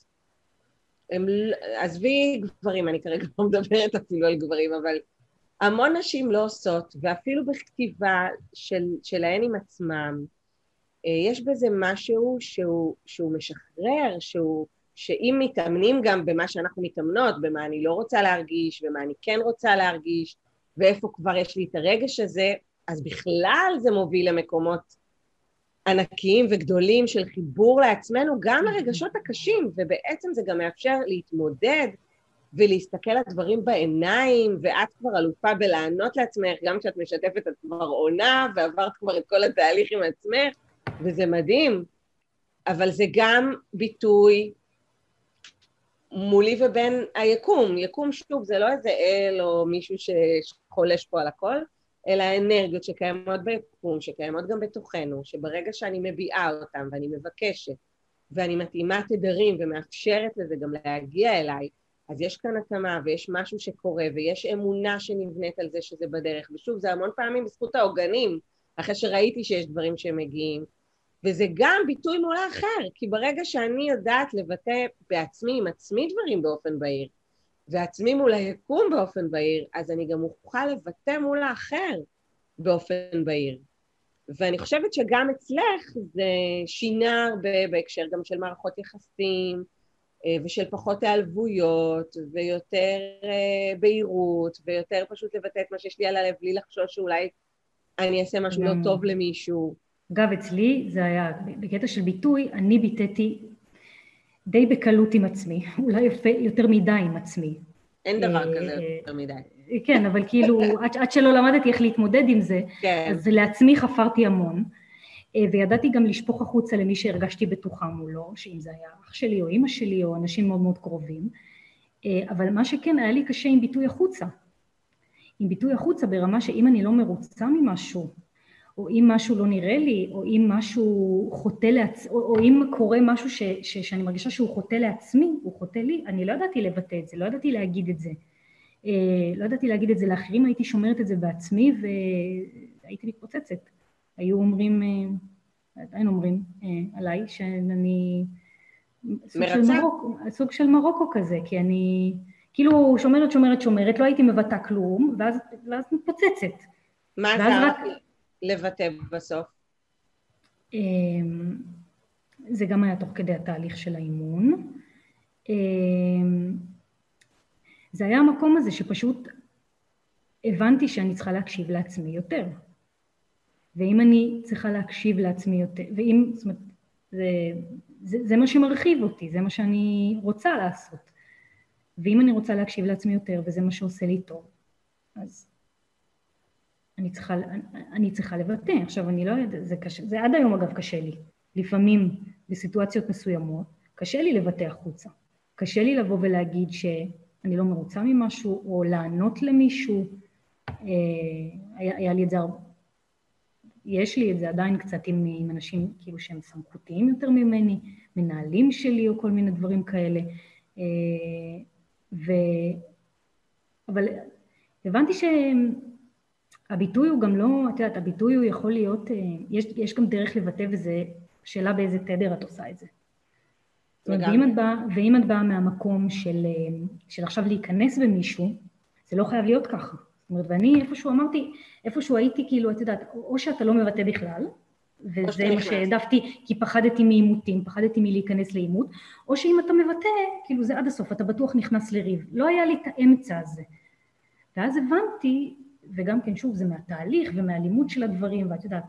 עזבי גברים, אני כרגע לא מדברת אפילו על גברים, אבל המון נשים לא עושות, ואפילו בכתיבה שלהן עם עצמם, יש בזה משהו שהוא משחרר, שאם מתאמנים גם במה שאנחנו מתאמנות, במה אני לא רוצה להרגיש, ומה אני כן רוצה להרגיש, ואיפה כבר יש לי את הרגש הזה, אז בכלל זה מוביל למקומות ענקיים וגדולים של חיבור לעצמנו, גם לרגשות הקשים, ובעצם זה גם מאפשר להתמודד, ולהסתכל על דברים בעיניים, ואת כבר אלופה בלענות לעצמך, גם כשאת משתפת את כבר עונה, ועברת כבר את כל התהליך עם עצמך, וזה מדהים, אבל זה גם ביטוי מולי ובין היקום. יקום שוב, זה לא איזה אל או מישהו שחולש פה על הכל, אלא האנרגיות שקיימות ביקום, שקיימות גם בתוכנו, שברגע שאני מביעה אותם ואני מבקשת, ואני מתאימה תדרים ומאפשרת לזה גם להגיע אליי, אז יש כאן התאמה ויש משהו שקורה ויש אמונה שנבנית על זה שזה בדרך. ושוב, זה המון פעמים בזכות העוגנים, אחרי שראיתי שיש דברים שמגיעים. וזה גם ביטוי מול האחר, כי ברגע שאני יודעת לבטא בעצמי, עם עצמי דברים באופן בהיר, ועצמי מול היקום באופן בהיר, אז אני גם אוכל לבטא מול האחר באופן בהיר. ואני חושבת שגם אצלך זה שינה הרבה בהקשר גם של מערכות יחסים, ושל פחות העלבויות, ויותר בהירות, ויותר פשוט לבטא את מה שיש לי על הלב, בלי לחשוש שאולי אני אעשה משהו לא טוב למישהו. אגב, אצלי זה היה, בקטע של ביטוי, אני ביטאתי די בקלות עם עצמי, אולי יותר מדי עם עצמי. אין דבר כזה יותר מדי. כן, אבל כאילו, עד שלא למדתי איך להתמודד עם זה, אז לעצמי חפרתי המון, וידעתי גם לשפוך החוצה למי שהרגשתי בטוחה מולו, שאם זה היה אח שלי או אמא שלי או אנשים מאוד מאוד קרובים, אבל מה שכן היה לי קשה עם ביטוי החוצה. עם ביטוי החוצה ברמה שאם אני לא מרוצה ממשהו, או אם משהו לא נראה לי, או אם משהו חוטא או אם קורה משהו שאני מרגישה שהוא חוטא לעצמי, הוא חוטא לי, אני לא ידעתי לבטא את זה, לא ידעתי להגיד את זה. לא ידעתי להגיד את זה לאחרים, הייתי שומרת את זה בעצמי, והייתי מתפוצצת. היו אומרים, עדיין אומרים עליי, שאני סוג של מרוקו כזה, כי אני כאילו שומרת, לא הייתי מבטא כלום, ואז מתפוצצת. מה עזר לבטא בסוף? זה גם היה תוך כדי התהליך של האימון. זה היה המקום הזה שפשוט הבנתי שאני צריכה להקשיב לעצמי יותר. ואם אני צריכה להקשיב לעצמי יותר, ואם, זאת אומרת, זה מה שמרחיב אותי, זה מה שאני רוצה לעשות. ואם אני רוצה להקשיב לעצמי יותר, וזה מה שעושה לי טוב, אז אני צריכה לבטא. עכשיו, אני לא יודעת, זה קשה, זה עד היום אגב קשה לי. לפעמים, בסיטואציות מסוימות, קשה לי לבטא החוצה. קשה לי לבוא ולהגיד שאני לא מרוצה ממשהו, או לענות למישהו. היה לי את זה הרבה. יש לי את זה עדיין קצת עם אנשים כאילו שהם סמכותיים יותר ממני, מנהלים שלי או כל מיני דברים כאלה. אבל הבנתי שהביטוי הוא גם לא, את יודעת, הביטוי הוא יכול להיות, יש גם דרך לבטא וזה שאלה באיזה תדר את עושה את זה. זאת אומרת, ואם את באה מהמקום של עכשיו להיכנס במישהו, זה לא חייב להיות ככה. זאת אומרת, ואני איפשהו הייתי כאילו, את יודעת, או שאתה לא מבטא בכלל, וזה מה שהעדפתי, כי פחדתי מעימותים, פחדתי מלהיכנס לעימות, או שאם אתה מבטא, כאילו זה עד הסוף, אתה בטוח נכנס לריב. לא היה לי את האמצע הזה. ואז הבנתי, וגם כן שוב, זה מהתהליך ומהלימוד של הדברים, ואת יודעת,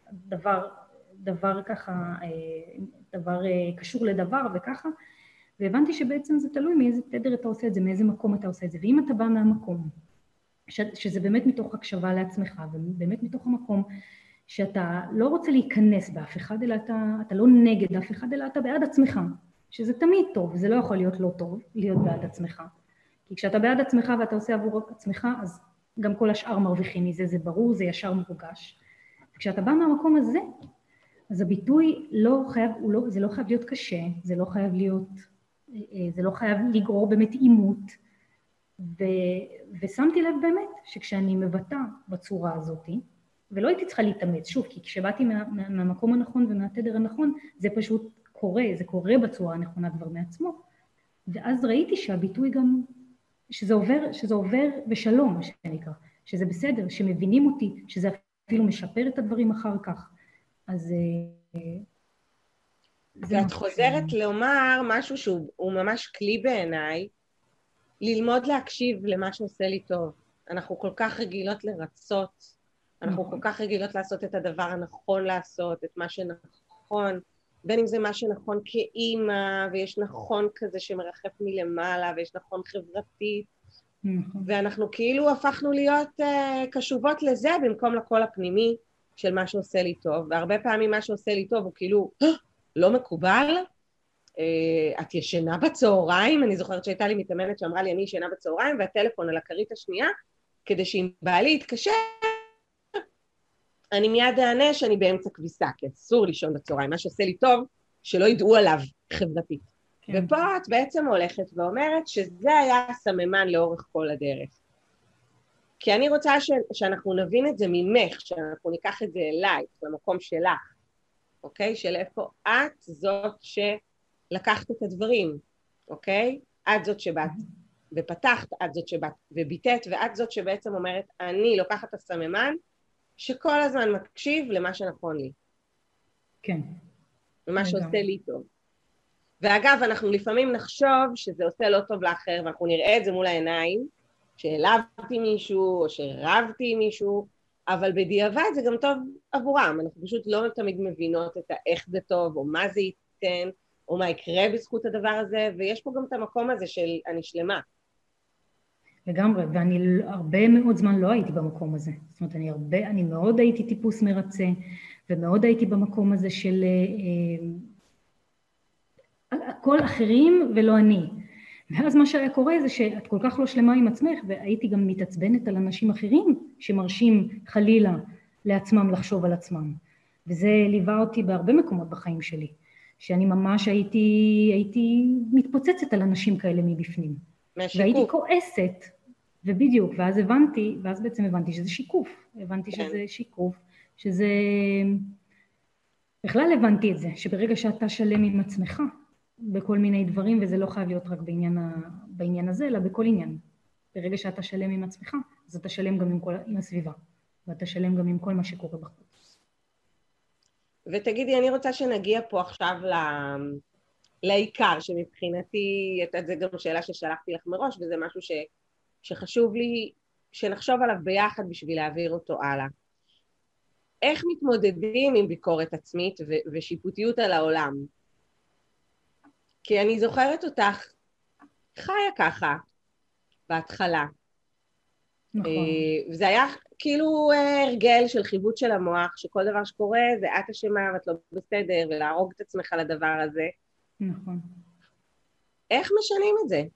דבר ככה, דבר קשור לדבר וככה, והבנתי שבעצם זה תלוי מאיזה תדר אתה עושה את זה, מאיזה מקום אתה עושה את זה, ואם אתה בא מהמקום, שזה באמת מתוך הקשבה לעצמך, ובאמת מתוך המקום שאתה לא רוצה להיכנס באף אחד, אלא אתה לא נגד אף אחד, אלא אתה בעד עצמך, שזה תמיד טוב, זה לא יכול להיות לא טוב, להיות בעד עצמך. כי כשאתה בעד עצמך ואתה עושה עבור עצמך, אז גם כל השאר מרוויחים מזה, זה ברור, זה ישר מורגש. וכשאתה בא מהמקום הזה, אז הביטוי זה לא חייב להיות קשה, זה לא חייב לגרור באמת עימות, ושמתי לב באמת שכשאני מבטא בצורה הזאת, ולא הייתי צריכה להתאמץ, שוב, כי כשבאתי מהמקום הנכון ומהתדר הנכון, זה פשוט קורה, זה קורה בצורה הנכונה כבר מעצמו, ואז ראיתי שהביטוי גם, שזה עובר בשלום, מה שנקרא, שזה בסדר, שמבינים אותי, שזה אפילו משפר את הדברים אחר כך, אז ואת חוזרת לומר משהו שהוא ממש כלי בעיניי, ללמוד להקשיב למה שעושה לי טוב. אנחנו כל כך רגילות לרצות, אנחנו כל כך רגילות לעשות את הדבר הנכון לעשות, את מה שנכון, בין אם זה מה שנכון כאימא, ויש נכון כזה שמרחף מלמעלה, ויש נכון חברתית, ואנחנו כאילו הפכנו להיות קשובות לזה, במקום לקול הפנימי של מה שעושה לי טוב, והרבה פעמים מה שעושה לי טוב הוא כאילו לא מקובל, את ישנה בצהריים, אני זוכרת שהייתה לי מתאמנת שאמרה לי אני ישנה בצהריים, והטלפון על הכרית השנייה, כדי שאם בעלי יתקשר, אני מיד אענה שאני באמצע כביסה, כי אסור לישון בצהריים, מה שעושה לי טוב, שלא ידעו עליו חברתית. כן. ופה את בעצם הולכת ואומרת שזה היה הסממן לאורך כל הדרך. כי אני רוצה שאנחנו נבין את זה ממך, שאנחנו ניקח את זה אליי, למקום שלך, אוקיי? של איפה את זאת שלקחת את הדברים, אוקיי? את זאת שבאת ופתחת, את זאת שבאת וביטאת, ואת זאת שבעצם אומרת, אני לוקחת את הסממן, שכל הזמן מקשיב למה שנכון לי. כן. ומה שעושה לי טוב. ואגב, אנחנו לפעמים נחשוב שזה עושה לא טוב לאחר, ואנחנו נראה את זה מול העיניים, שהעלבתי מישהו, או שרבתי מישהו, אבל בדיעבד זה גם טוב עבורם. אנחנו פשוט לא תמיד מבינות את איך זה טוב, או מה זה ייתן, או מה יקרה בזכות הדבר הזה, ויש פה גם את המקום הזה של אני שלמה. לגמרי, ואני הרבה מאוד זמן לא הייתי במקום הזה. זאת אומרת, אני מאוד הייתי טיפוס מרצה, ומאוד הייתי במקום הזה של הכל אחרים ולא אני. ואז מה שהיה קורה זה שאת כל כך לא שלמה עם עצמך, והייתי גם מתעצבנת על אנשים אחרים שמרשים חלילה לעצמם לחשוב על עצמם. וזה ליווה אותי בהרבה מקומות בחיים שלי, שאני ממש הייתי מתפוצצת על אנשים כאלה מבפנים. והייתי כועסת, ובדיוק, ואז בעצם הבנתי שזה שיקוף. הבנתי שזה שיקוף, שזה... בכלל הבנתי את זה, שברגע שאתה שלם עם עצמך, בכל מיני דברים, וזה לא חייב להיות רק בעניין הזה, אלא בכל עניין. ברגע שאתה שלם עם עצמך, אז אתה שלם גם עם הסביבה, ואתה שלם גם עם כל מה שקורה בחוץ. ותגידי, אני רוצה שנגיע פה עכשיו לעיקר, שמבחינתי, זה גם שאלה ששלחתי לך מראש, וזה משהו שחשוב לי שנחשוב עליו ביחד בשביל להעביר אותו הלאה. איך מתמודדים עם ביקורת עצמית ושיפוטיות על העולם? כי אני זוכרת אותך חיה ככה, בהתחלה. נכון. וזה היה כאילו הרגל של חיווט של המוח, שכל דבר שקורה זה את אשמה ואת לא בסדר, ולהרוג את עצמך לדבר הזה. נכון. איך משנים את זה?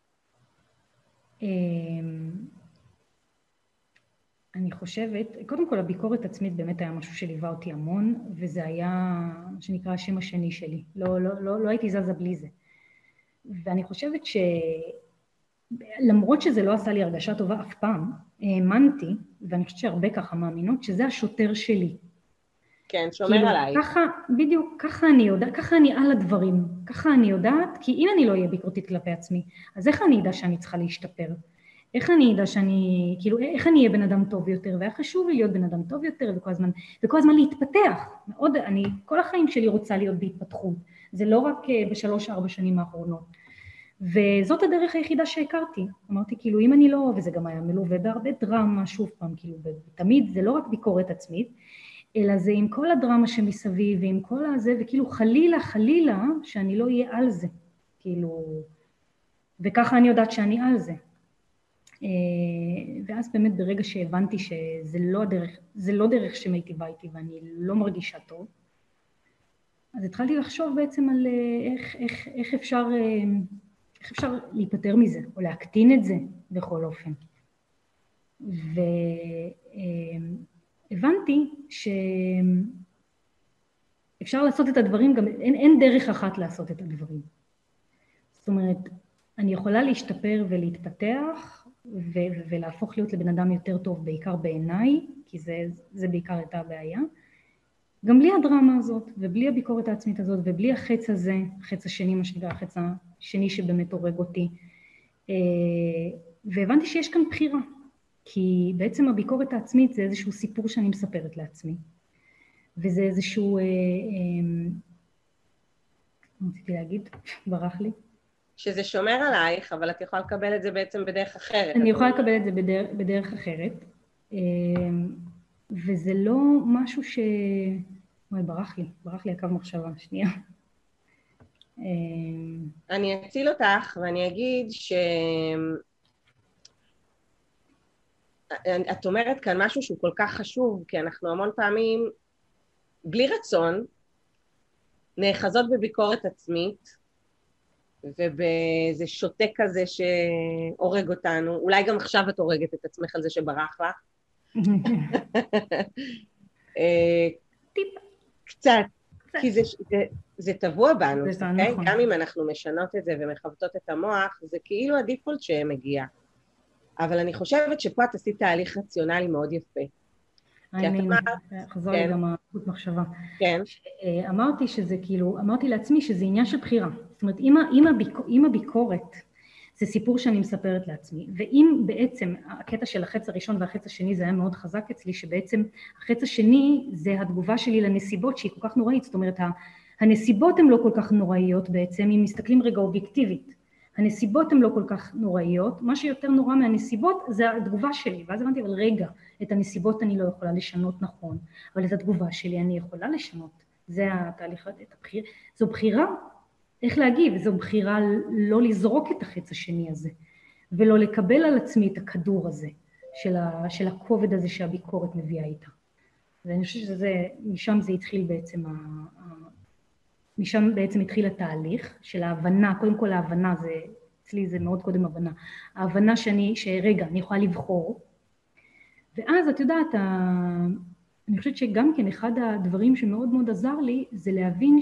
אני חושבת, קודם כל הביקורת עצמית באמת היה משהו שליווה אותי המון, וזה היה מה שנקרא השם השני שלי. לא הייתי זזה בלי זה. ואני חושבת שלמרות שזה לא עשה לי הרגשה טובה אף פעם, האמנתי, ואני חושבת שהרבה ככה מאמינות, שזה השוטר שלי. כן, שומר כאילו, עליי. ככה, בדיוק, ככה אני יודעת, ככה אני על הדברים, ככה אני יודעת, כי אם אני לא אהיה ביקורתית כלפי עצמי, אז איך אני אדע שאני צריכה להשתפר? איך אני אדע שאני, כאילו, איך אני אהיה בן אדם טוב יותר? והיה חשוב לי להיות בן אדם טוב יותר, וכל הזמן להתפתח. מאוד, אני, כל החיים שלי רוצה להיות בהתפתחות. זה לא רק ב3-4 שנים האחרונות. וזאת הדרך היחידה שהכרתי. אמרתי, כאילו, אם אני לא, וזה גם היה מלווה בהרבה דרמה, שוב פעם, כאילו, תמיד זה לא רק ביקורת עצמית, אלא זה עם כל הדרמה שמסביב, ועם כל הזה, וכאילו חלילה, שאני לא אהיה על זה. כאילו, וככה אני יודעת שאני על זה. ואז באמת ברגע שהבנתי שזה לא דרך שמיטיבה איתי, ואני לא מרגישה טוב, אז התחלתי לחשוב בעצם על איך אפשר להיפטר מזה, או להקטין את זה בכל אופן. והבנתי שאפשר לעשות את הדברים, גם אין דרך אחת לעשות את הדברים. זאת אומרת, אני יכולה להשתפר ולהתפתח, ולהפוך להיות לבן אדם יותר טוב, בעיקר בעיניי, כי זה בעיקר הייתה הבעיה. גם בלי הדרמה הזאת, ובלי הביקורת העצמית הזאת, ובלי החץ הזה, החץ השני, מה שנקרא, החץ השני שבאמת הורג אותי. והבנתי שיש כאן בחירה, כי בעצם הביקורת העצמית זה איזשהו סיפור שאני מספרת לעצמי. וזה איזשהו, רציתי להגיד, ברח לי. שזה שומר עלייך, אבל את יכולה לקבל את זה בעצם בדרך אחרת. אני יכולה לקבל את זה בדרך אחרת, וזה לא משהו אוי, ברח לי הקו מחשבה, שנייה. אני אציל אותך ואני אגיד את אומרת כאן משהו שהוא כל כך חשוב, כי אנחנו המון פעמים, בלי רצון, נאחזות בביקורת עצמית, ובאיזה שוטה כזה שהורג אותנו. אולי גם עכשיו את הורגת את עצמך על זה שברח לך. קצת, כי זה טבוע בנו, אוקיי? גם אם אנחנו משנות את זה ומכוותות את המוח, זה כאילו הדיפולט שמגיע. אבל אני חושבת שפה את עשית תהליך רציונלי מאוד יפה. חזור לי גם החוט מחשבה. כן. אמרתי שזה כאילו, אמרתי לעצמי שזה עניין של בחירה. זאת אומרת, אם הביקורת זה סיפור שאני מספרת לעצמי, ואם בעצם הקטע של החץ הראשון והחץ השני זה היה מאוד חזק אצלי, שבעצם החץ השני זה התגובה שלי לנסיבות שהיא כל כך נוראית, זאת אומרת, הנסיבות הן לא כל כך נוראיות בעצם, אם מסתכלים רגע אובייקטיבית. הנסיבות הן לא כל כך נוראיות, מה שיותר נורא מהנסיבות זה התגובה שלי, ואז הבנתי, אבל רגע, את הנסיבות אני לא יכולה לשנות נכון, אבל את התגובה שלי אני יכולה לשנות, זה התהליך, זו בחירה, איך להגיב, זו בחירה לא לזרוק את החץ השני הזה, ולא לקבל על עצמי את הכדור הזה, של הכובד הזה שהביקורת מביאה איתה. ואני חושבת משם זה התחיל בעצם משם בעצם התחיל התהליך של ההבנה, קודם כל ההבנה זה, אצלי זה מאוד קודם הבנה, ההבנה שרגע, אני יכולה לבחור, ואז את יודעת, אני חושבת שגם כן אחד הדברים שמאוד מאוד עזר לי, זה להבין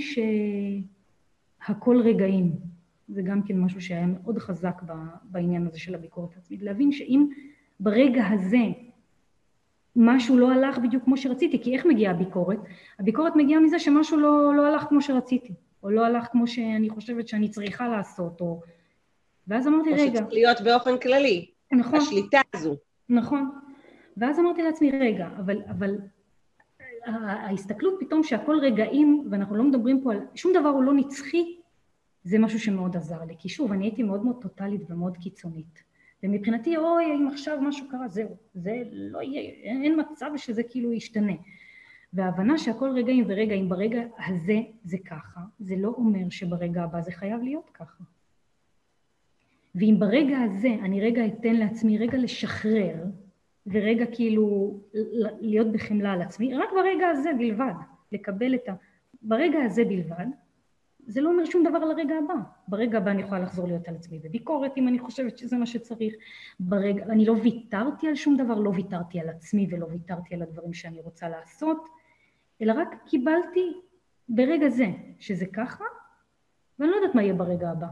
שהכל רגעים, זה גם כן משהו שהיה מאוד חזק בעניין הזה של הביקורת העצמית, להבין שאם ברגע הזה, משהו לא הלך בדיוק כמו שרציתי, כי איך מגיעה הביקורת? הביקורת מגיעה מזה שמשהו לא הלך כמו שרציתי, או לא הלך כמו שאני חושבת שאני צריכה לעשות, ואז אמרתי, רגע. או שצריך להיות באופן כללי. נכון. השליטה הזו. נכון. ואז אמרתי לעצמי, רגע, אבל ההסתכלות פתאום שהכל רגעים, ואנחנו לא מדברים פה על, שום דבר הוא לא נצחי, זה משהו שמאוד עזר לי, כי שוב, אני הייתי מאוד מאוד טוטלית ומאוד קיצונית. ומבחינתי, אוי, אם עכשיו משהו קרה, זהו, זה לא יהיה, אין מצב שזה כאילו ישתנה. וההבנה שהכל רגעים ורגעים, ברגע הזה זה ככה, זה לא אומר שברגע הבא זה חייב להיות ככה. ואם ברגע הזה אני רגע אתן לעצמי רגע לשחרר, ורגע כאילו להיות בחמלה על עצמי, רק ברגע הזה בלבד, לקבל ברגע הזה בלבד, זה לא אומר שום דבר על הרגע הבא. ברגע הבא אני יכולה לחזור להיות על עצמי בביקורת, אם אני חושבת שזה מה שצריך. אני לא ויתרתי על שום דבר, לא ויתרתי על עצמי ולא ויתרתי על הדברים שאני רוצה לעשות, אלא רק קיבלתי ברגע זה שזה ככה, ואני לא יודעת מה יהיה ברגע הבא.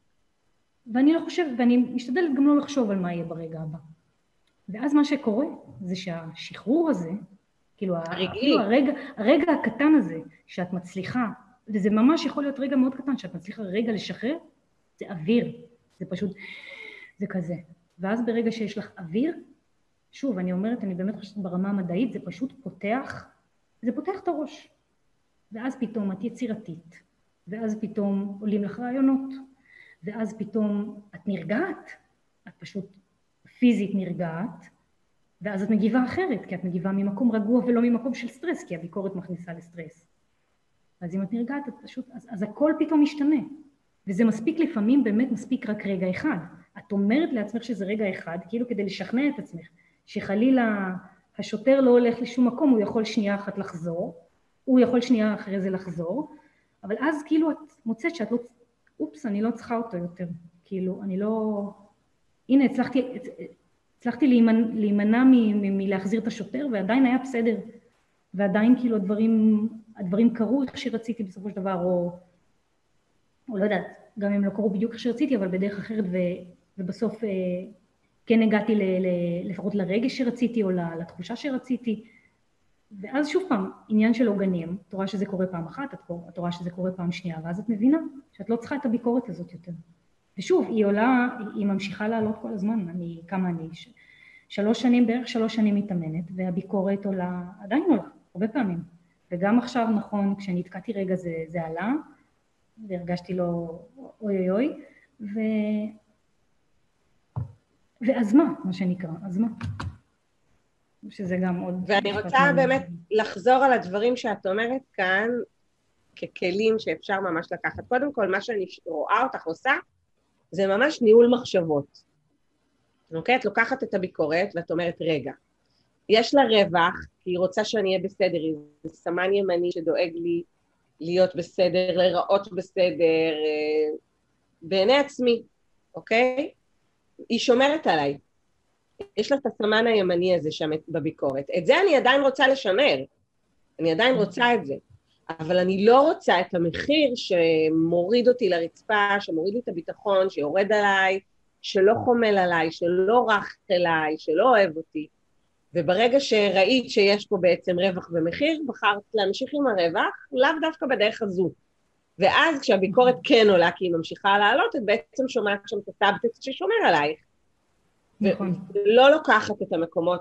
ואני משתדלת גם לא לחשוב על מה יהיה ברגע הבא. ואז מה שקורה זה שהשחרור הזה, כאילו הרגע הקטן הזה שאת מצליחה, וזה ממש יכול להיות רגע מאוד קטן שאת מצליחה רגע לשחרר, זה אוויר, זה פשוט, זה כזה. ואז ברגע שיש לך אוויר, שוב, אני אומרת, אני באמת חושבת ברמה המדעית, זה פשוט זה פותח את הראש. ואז פתאום את יצירתית, ואז פתאום עולים לך רעיונות, ואז פתאום את נרגעת, את פשוט פיזית נרגעת, ואז את מגיבה אחרת, כי את מגיבה ממקום רגוע ולא ממקום של סטרס, כי הביקורת מכניסה לסטרס. אז אם את נרגעת, את פשוט, אז הכל פתאום משתנה. וזה מספיק לפעמים, באמת מספיק רק רגע אחד. את אומרת לעצמך שזה רגע אחד, כאילו כדי לשכנע את עצמך, שחלילה השוטר לא הולך לשום מקום, הוא יכול שנייה אחת לחזור, הוא יכול שנייה אחרי זה לחזור, אבל אז כאילו את מוצאת שאת לא, אופס, אני לא צריכה אותו יותר. כאילו, אני לא, הנה, הצלחתי להימנע מלהחזיר את השוטר, ועדיין היה בסדר. ועדיין כאילו הדברים קרו איך שרציתי בסופו של דבר, או לא יודעת, גם אם לא קרו בדיוק איך שרציתי, אבל בדרך אחרת, ובסוף כן הגעתי לפחות לרגש שרציתי, או לתחושה שרציתי, ואז שוב פעם, עניין של עוגנים, את רואה שזה קורה פעם אחת, את רואה שזה קורה פעם שנייה, ואז את מבינה שאת לא צריכה את הביקורת הזאת יותר. ושוב, היא ממשיכה לעלות כל הזמן, בערך 3 שנים מתאמנת, והביקורת עדיין עולה, הרבה פעמים. וגם עכשיו, נכון, כשנתקעתי רגע זה עלה, והרגשתי לו אוי אוי אוי, ואז מה שנקרא, אז מה? שזה גם עוד... ואני רוצה באמת לחזור על הדברים שאת אומרת כאן, ככלים שאפשר ממש לקחת. קודם כל, מה שאני רואה אותך עושה, זה ממש ניהול מחשבות. אוקיי? את לוקחת את הביקורת ואת אומרת, רגע, יש לה רווח, כי היא רוצה שאני אהיה בסדר, זה סמן ימני שדואג לי להיות בסדר, להיראות בסדר, בעיני עצמי, אוקיי? היא שומרת עליי. יש לה את הסמן הימני הזה שם בביקורת. את זה אני עדיין רוצה לשמר. אני עדיין רוצה את זה. אבל אני לא רוצה את המחיר שמוריד אותי לרצפה, שמוריד לי את הביטחון, שיורד עליי, שלא חומל עליי, שלא רך אליי, שלא אוהב אותי. וברגע שראית שיש פה בעצם רווח ומחיר, בחרת להמשיך עם הרווח, לאו דווקא בדרך הזו. ואז כשהביקורת כן עולה, כי היא ממשיכה לעלות, את בעצם שומעת שם את הסאבטקסט ששומר עלייך. נכון. ולא לוקחת את המקומות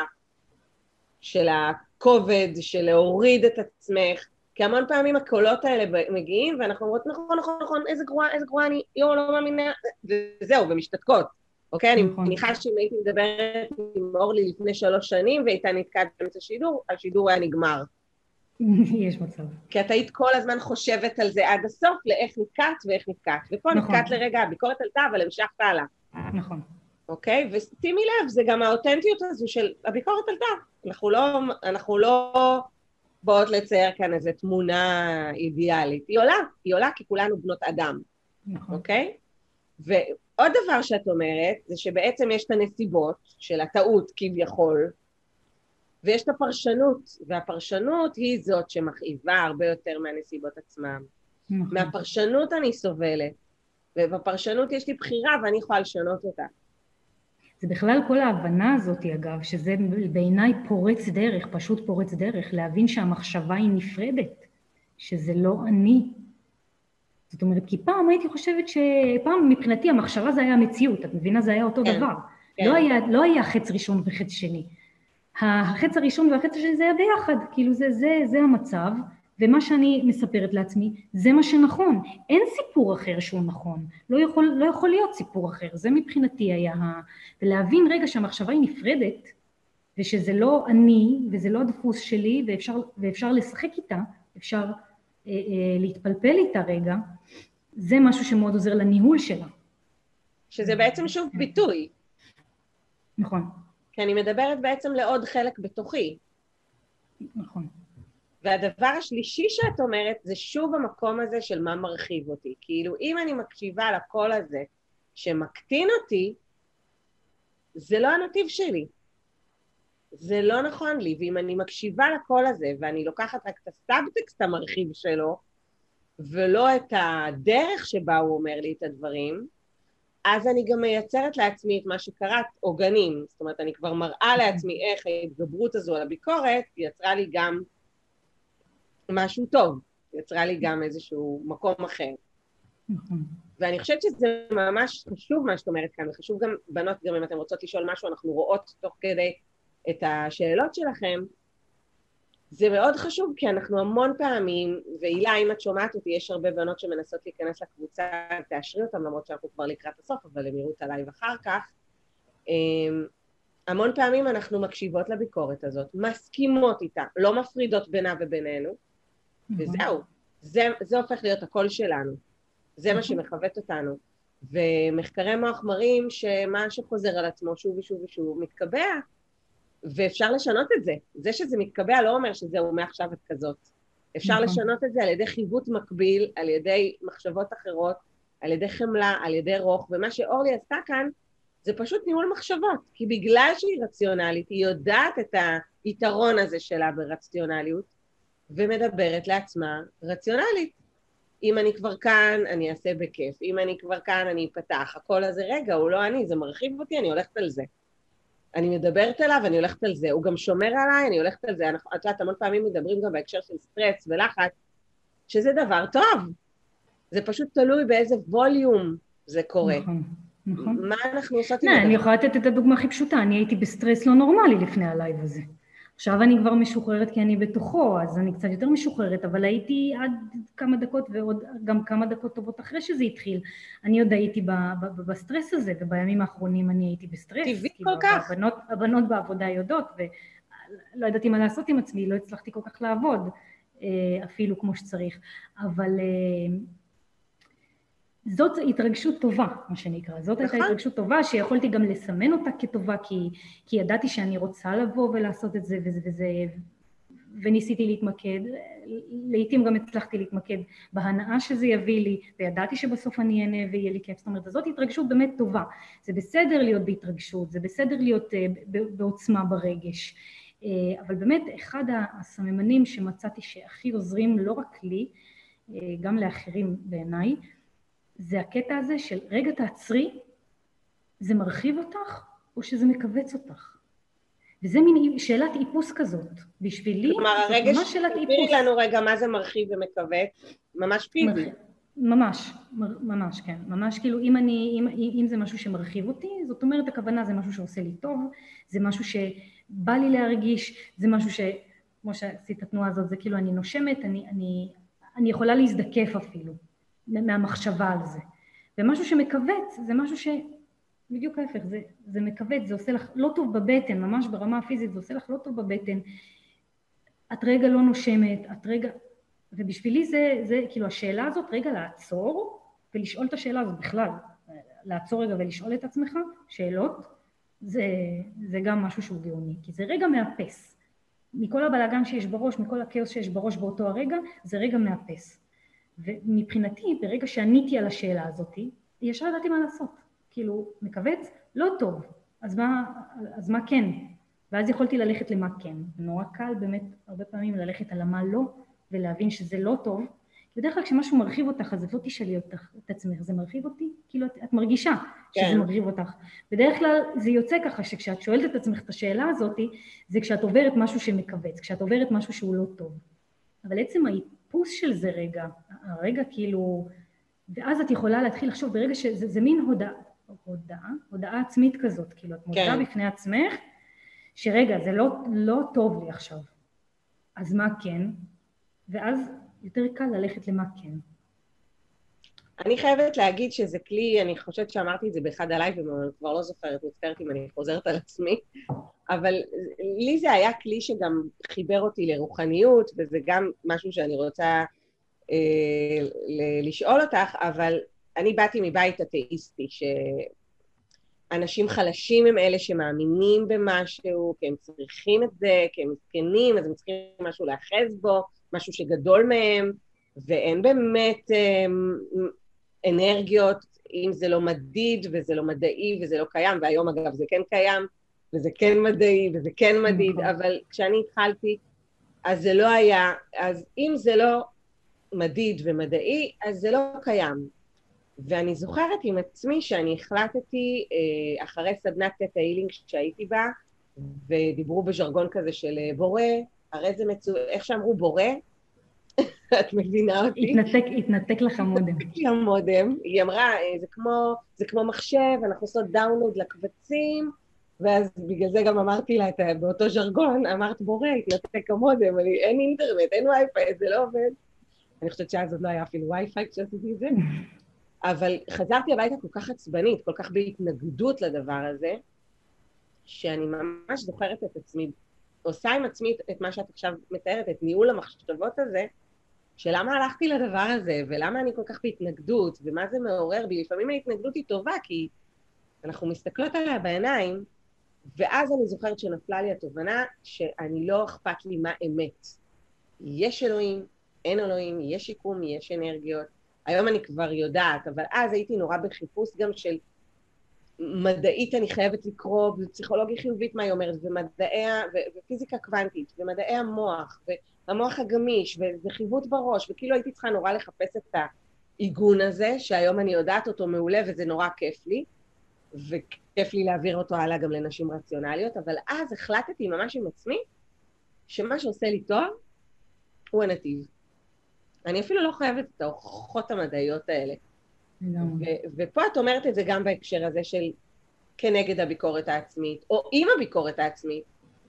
של הכובד, של להוריד את עצמך, כי המון פעמים הקולות האלה מגיעים, ואנחנו אומרות, נכון, איזה גרועה אני, לא מאמינה, וזהו, ומשתתקות. אוקיי? אני מניחה שאם הייתי מדברת עם אורלי לפני 3 שנים, והייתה נתקעת באמצע השידור, השידור היה נגמר. יש מצב. כי את היית כל הזמן חושבת על זה עד הסוף, לאיך נתקעת ואיך נתקעת. ופה נתקעת לרגע, הביקורת עלתה, אבל המשכת הלאה. נכון. אוקיי? ושימי לב, זה גם האותנטיות הזו של הביקורת עלתה. אנחנו לא באות לצייר כאן איזו תמונה אידיאלית. היא עולה כי כולנו בנות אדם. נכון. אוקיי? ועוד דבר שאת אומרת, זה שבעצם יש את הנסיבות של הטעות כביכול, ויש את הפרשנות, והפרשנות היא זאת שמכאיבה הרבה יותר מהנסיבות עצמם. נכון. מהפרשנות אני סובלת, ובפרשנות יש לי בחירה ואני יכולה לשנות אותה. זה בכלל כל ההבנה הזאת, אגב, שזה בעיניי פורץ דרך, פשוט פורץ דרך, להבין שהמחשבה היא נפרדת, שזה לא אני. זאת אומרת, כי פעם הייתי חושבת שפעם מבחינתי המחשבה זה היה המציאות, את מבינה? זה היה אותו דבר. כן. לא היה חץ ראשון וחץ שני. החץ הראשון והחץ השני זה היה ביחד, כאילו זה המצב, ומה שאני מספרת לעצמי, זה מה שנכון. אין סיפור אחר שהוא נכון. לא יכול להיות סיפור אחר. זה מבחינתי היה, ולהבין רגע שהמחשבה היא נפרדת, ושזה לא אני, וזה לא הדפוס שלי, ואפשר לשחק איתה, אפשר להתפלפל איתה רגע, זה משהו שמאוד עוזר לניהול שלה. שזה בעצם שוב ביטוי. נכון. כי אני מדברת בעצם לעוד חלק בתוכי. נכון. והדבר השלישי שאת אומרת, זה שוב המקום הזה של מה מרחיב אותי. כאילו, אם אני מקשיבה לקול הזה שמקטין אותי, זה לא הנתיב שלי. זה לא נכון לי. ואם אני מקשיבה לקול הזה, ואני לוקחת רק את הסאבטקסט המרחיב שלו, ולא את הדרך שבה הוא אומר לי את הדברים, אז אני גם מייצרת לעצמי את מה שקראת עוגנים. זאת אומרת, אני כבר מראה לעצמי איך ההתגברות הזו על הביקורת, יצרה לי גם משהו טוב, יצרה לי גם איזשהו מקום אחר. ואני חושבת שזה ממש חשוב מה שאת אומרת כאן, וחשוב גם, בנות, גם אם אתן רוצות לשאול משהו, אנחנו רואות תוך כדי את השאלות שלכם, זה מאוד חשוב, כי אנחנו המון פעמים, ואילה, אם את שומעת אותי, יש הרבה בנות שמנסות להיכנס לקבוצה, תאשרי אותם, למרות שאנחנו כבר לקראת הסוף, אבל הם יראו את הלייב אחר כך. המון פעמים אנחנו מקשיבות לביקורת הזאת, מסכימות איתה, לא מפרידות בינה ובינינו, וזהו, זה הופך להיות הקול שלנו, זה מה שמחוות אותנו. ומחקרי מוח מראים שמה שחוזר על עצמו שוב ושוב ושוב מתקבע, ואפשר לשנות את זה. זה שזה מתקבע לא אומר שזהו מעכשיו את כזאת. אפשר לשנות את זה על ידי חיווט מקביל, על ידי מחשבות אחרות, על ידי חמלה, על ידי רוך, ומה שאורלי עשתה כאן, זה פשוט ניהול מחשבות, כי בגלל שהיא רציונלית, היא יודעת את היתרון הזה שלה ברציונליות, ומדברת לעצמה רציונלית. אם אני כבר כאן, אני אעשה בכיף. אם אני כבר כאן, אני אפתח. הכל הזה, רגע, הוא לא אני, זה מרחיב אותי, אני הולכת על זה. אני מדברת אליו, אני הולכת על זה. הוא גם שומר עליי, אני הולכת על זה. את יודעת, המון פעמים מדברים גם בהקשר של סטרס ולחץ, שזה דבר טוב. זה פשוט תלוי באיזה ווליום זה קורה. נכון, נכון. מה אנחנו עושות עם לא, זה? אני יכולה לתת את הדוגמה הכי פשוטה. אני הייתי בסטרס לא נורמלי לפני הלייב הזה. עכשיו אני כבר משוחררת כי אני בתוכו, אז אני קצת יותר משוחררת, אבל הייתי עד כמה דקות ועוד גם כמה דקות טובות אחרי שזה התחיל. אני עוד הייתי בסטרס הזה, ובימים האחרונים אני הייתי בסטרס. טבעי כל כך. הבנות בעבודה יודעות, ולא ידעתי מה לעשות עם עצמי, לא הצלחתי כל כך לעבוד, אפילו כמו שצריך. אבל זאת התרגשות טובה, מה שנקרא. זאת הייתה התרגשות טובה, שיכולתי גם לסמן אותה כטובה, כי ידעתי שאני רוצה לבוא ולעשות את זה וזה, וניסיתי להתמקד. לעתים גם הצלחתי להתמקד בהנאה שזה יביא לי, וידעתי שבסוף אני אהנה ויהיה לי כיף. זאת אומרת, זאת התרגשות באמת טובה. זה בסדר להיות בהתרגשות, זה בסדר להיות בעוצמה ברגש. אבל באמת, אחד הסממנים שמצאתי שהכי עוזרים לא רק לי, גם לאחרים בעיניי, זה הקטע הזה של רגע תעצרי, זה מרחיב אותך או שזה מקבץ אותך? וזה מין שאלת איפוס כזאת, בשבילי כלומר, הרגע שתסבירי לנו רגע מה זה מרחיב ומקבץ, ממש פיזי. ממש, ממש, כן. ממש כאילו, אם זה משהו שמרחיב אותי, זאת אומרת, הכוונה זה משהו שעושה לי טוב, זה משהו שבא לי להרגיש, זה משהו כמו שעשית התנועה הזאת, זה כאילו אני נושמת, אני יכולה להזדקף אפילו. מהמחשבה על זה. ומשהו שמקבץ, זה משהו שבדיוק ההפך, זה מקבץ, זה עושה לך לא טוב בבטן, ממש ברמה הפיזית, זה עושה לך לא טוב בבטן. את רגע לא נושמת, את רגע, ובשבילי זה כאילו השאלה הזאת, רגע לעצור, ולשאול את השאלה הזאת בכלל, לעצור רגע ולשאול את עצמך, שאלות, זה גם משהו שהוא גאוני, כי זה רגע מאפס. מכל הבלגן שיש בראש, מכל הכאוס שיש בראש באותו הרגע, זה רגע מאפס. ומבחינתי, ברגע שעניתי על השאלה הזאת, ישר ידעתי מה לעשות. כאילו, מקבץ, לא טוב, אז מה כן? ואז יכולתי ללכת למה כן. נורא קל באמת הרבה פעמים ללכת על מה לא, ולהבין שזה לא טוב. בדרך כלל כשמשהו מרחיב אותך, אז לא תשאלי אותך את עצמך, זה מרחיב אותי? כאילו, את מרגישה שזה מרחיב אותך. בדרך כלל זה יוצא ככה, שכשאת שואלת את עצמך את השאלה הזאת, זה כשאת עוברת משהו שמקבץ, כשאת עוברת משהו שהוא לא טוב. אבל עצם פוס של זה רגע, הרגע כאילו, ואז את יכולה להתחיל לחשוב ברגע שזה מין הודעה עצמית כזאת, כאילו את מודעה בפני עצמך, שרגע זה לא טוב לי עכשיו, אז מה כן? ואז יותר קל ללכת למה כן. אני חייבת להגיד שזה כלי, אני חושבת שאמרתי את זה באחד הלייב, ואני כבר לא זוכרת, מצטערת אם אני חוזרת על עצמי, אבל לי זה היה כלי שגם חיבר אותי לרוחניות, וזה גם משהו שאני רוצה לשאול אותך, אבל אני באתי מבית אתאיסטי, שאנשים חלשים הם אלה שמאמינים במשהו, כי הם צריכים את זה, כי הם מסכנים, אז הם צריכים משהו לאחז בו, משהו שגדול מהם, ואין באמת אנרגיות, אם זה לא מדיד וזה לא מדעי וזה לא קיים, והיום אגב זה כן קיים, וזה כן מדעי וזה כן מדיד, אבל כשאני התחלתי, אז זה לא היה, אז אם זה לא מדיד ומדעי, אז זה לא קיים. ואני זוכרת עם עצמי שאני החלטתי, אחרי סדנת תטא הילינג שהייתי בה, ודיברו בז'רגון כזה של בורא, הרי זה איך שאמרו בורא, את מבינה אותי? התנתק לך מודם. התנתק לי המודם, היא אמרה, זה כמו מחשב, אנחנו עושות דאונלוד לקבצים, ואז בגלל זה גם אמרתי לה, באותו ז'רגון, אמרת בורא, התנתק המודם, אין אינטרנט, אין וי-פיי, זה לא עובד. אני חושבת שאז עוד לא היה אפילו וי-פיי כשעשיתי את זה. אבל חזרתי הביתה כל כך עצבנית, כל כך בהתנגדות לדבר הזה, שאני ממש זוכרת את עצמי, עושה עם עצמי את מה שאת עכשיו מתארת, את ניהול המחשבות הזה, שלמה הלכתי לדבר הזה, ולמה אני כל כך בהתנגדות, ומה זה מעורר בי. לפעמים ההתנגדות היא טובה, כי אנחנו מסתכלות עליה בעיניים, ואז אני זוכרת שנפלה לי התובנה שאני לא אכפת לי מה אמת. יש אלוהים, אין אלוהים, יש שיקום, יש אנרגיות. היום אני כבר יודעת, אבל אז הייתי נורא בחיפוש גם של מדעית אני חייבת לקרוא, ופסיכולוגיה חיובית מה היא אומרת, ופיזיקה קוונטית, ומדעי המוח, והמוח הגמיש, וחיווט בראש, וכאילו הייתי צריכה נורא לחפש את העיגון הזה, שהיום אני יודעת אותו מעולה, וזה נורא כיף לי, וכיף לי להעביר אותו הלאה גם לנשים רציונליות, אבל אז החלטתי ממש עם עצמי, שמה שעושה לי טוב, הוא הנתיב. אני אפילו לא חייבת את ההוכחות המדעיות האלה. ופה את אומרת את זה גם בהקשר הזה של כנגד הביקורת העצמית, או עם הביקורת העצמית.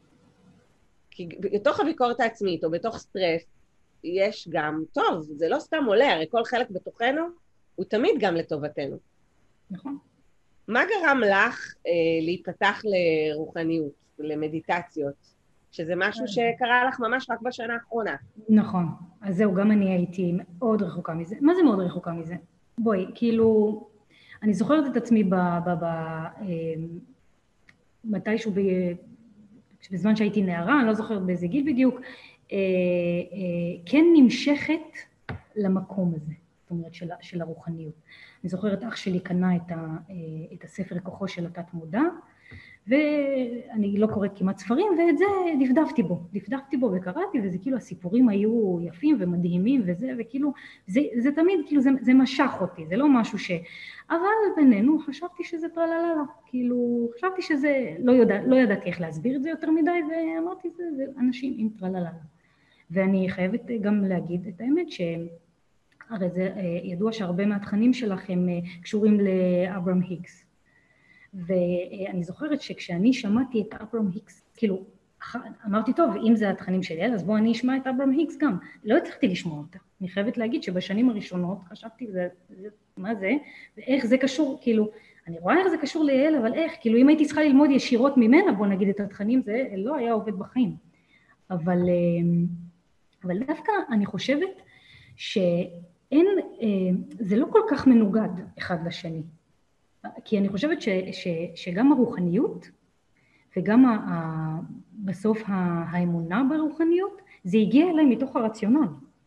כי בתוך הביקורת העצמית, או בתוך סטרס, יש גם טוב, זה לא סתם עולה, הרי כל חלק בתוכנו הוא תמיד גם לטובתנו. נכון. מה גרם לך להיפתח לרוחניות, למדיטציות? שזה משהו שקרה לך ממש רק בשנה האחרונה. נכון, אז זהו, גם אני הייתי מאוד רחוקה מזה. מה זה מאוד רחוקה מזה? בואי, כאילו, אני זוכרת את עצמי מתישהו בזמן שהייתי נערה, אני לא זוכרת באיזה גיל בדיוק, כן נמשכת למקום הזה, זאת אומרת, של הרוחניות. אני זוכרת אח שלי קנה את הספר כוחו של התת מודע, ואני לא קוראת כמעט ספרים, ואת זה דפדפתי בו וקראתי, וזה כאילו הסיפורים היו יפים ומדהימים וזה, וכאילו, זה תמיד, כאילו זה משך אותי, זה לא משהו אבל בינינו חשבתי שזה טרללה, כאילו, חשבתי שזה, לא ידעתי איך להסביר את זה יותר מדי, ואמרתי, זה אנשים עם טרללה. ואני חייבת גם להגיד את האמת הרי זה ידוע שהרבה מהתכנים שלכם קשורים לאברהם היגס. ואני זוכרת שכשאני שמעתי את אברהם היגס, כאילו, אמרתי, טוב, אם זה התכנים שלי, אז בוא אני אשמע את אברהם היגס גם. לא הצלחתי לשמוע אותה. אני חייבת להגיד שבשנים הראשונות חשבתי, מה זה, ואיך זה קשור, כאילו, אני רואה איך זה קשור ליעל, אבל איך, כאילו, אם הייתי צריכה ללמוד ישירות ממנה, בוא נגיד את התכנים, זה לא היה עובד בחיים. אבל דווקא אני חושבת שאין, זה לא כל כך מנוגד אחד לשני. כי אני חושבת שגם הרוחניות וגם בסוף האמונה ברוחניות, זה הגיע אליי מתוך הרציונל.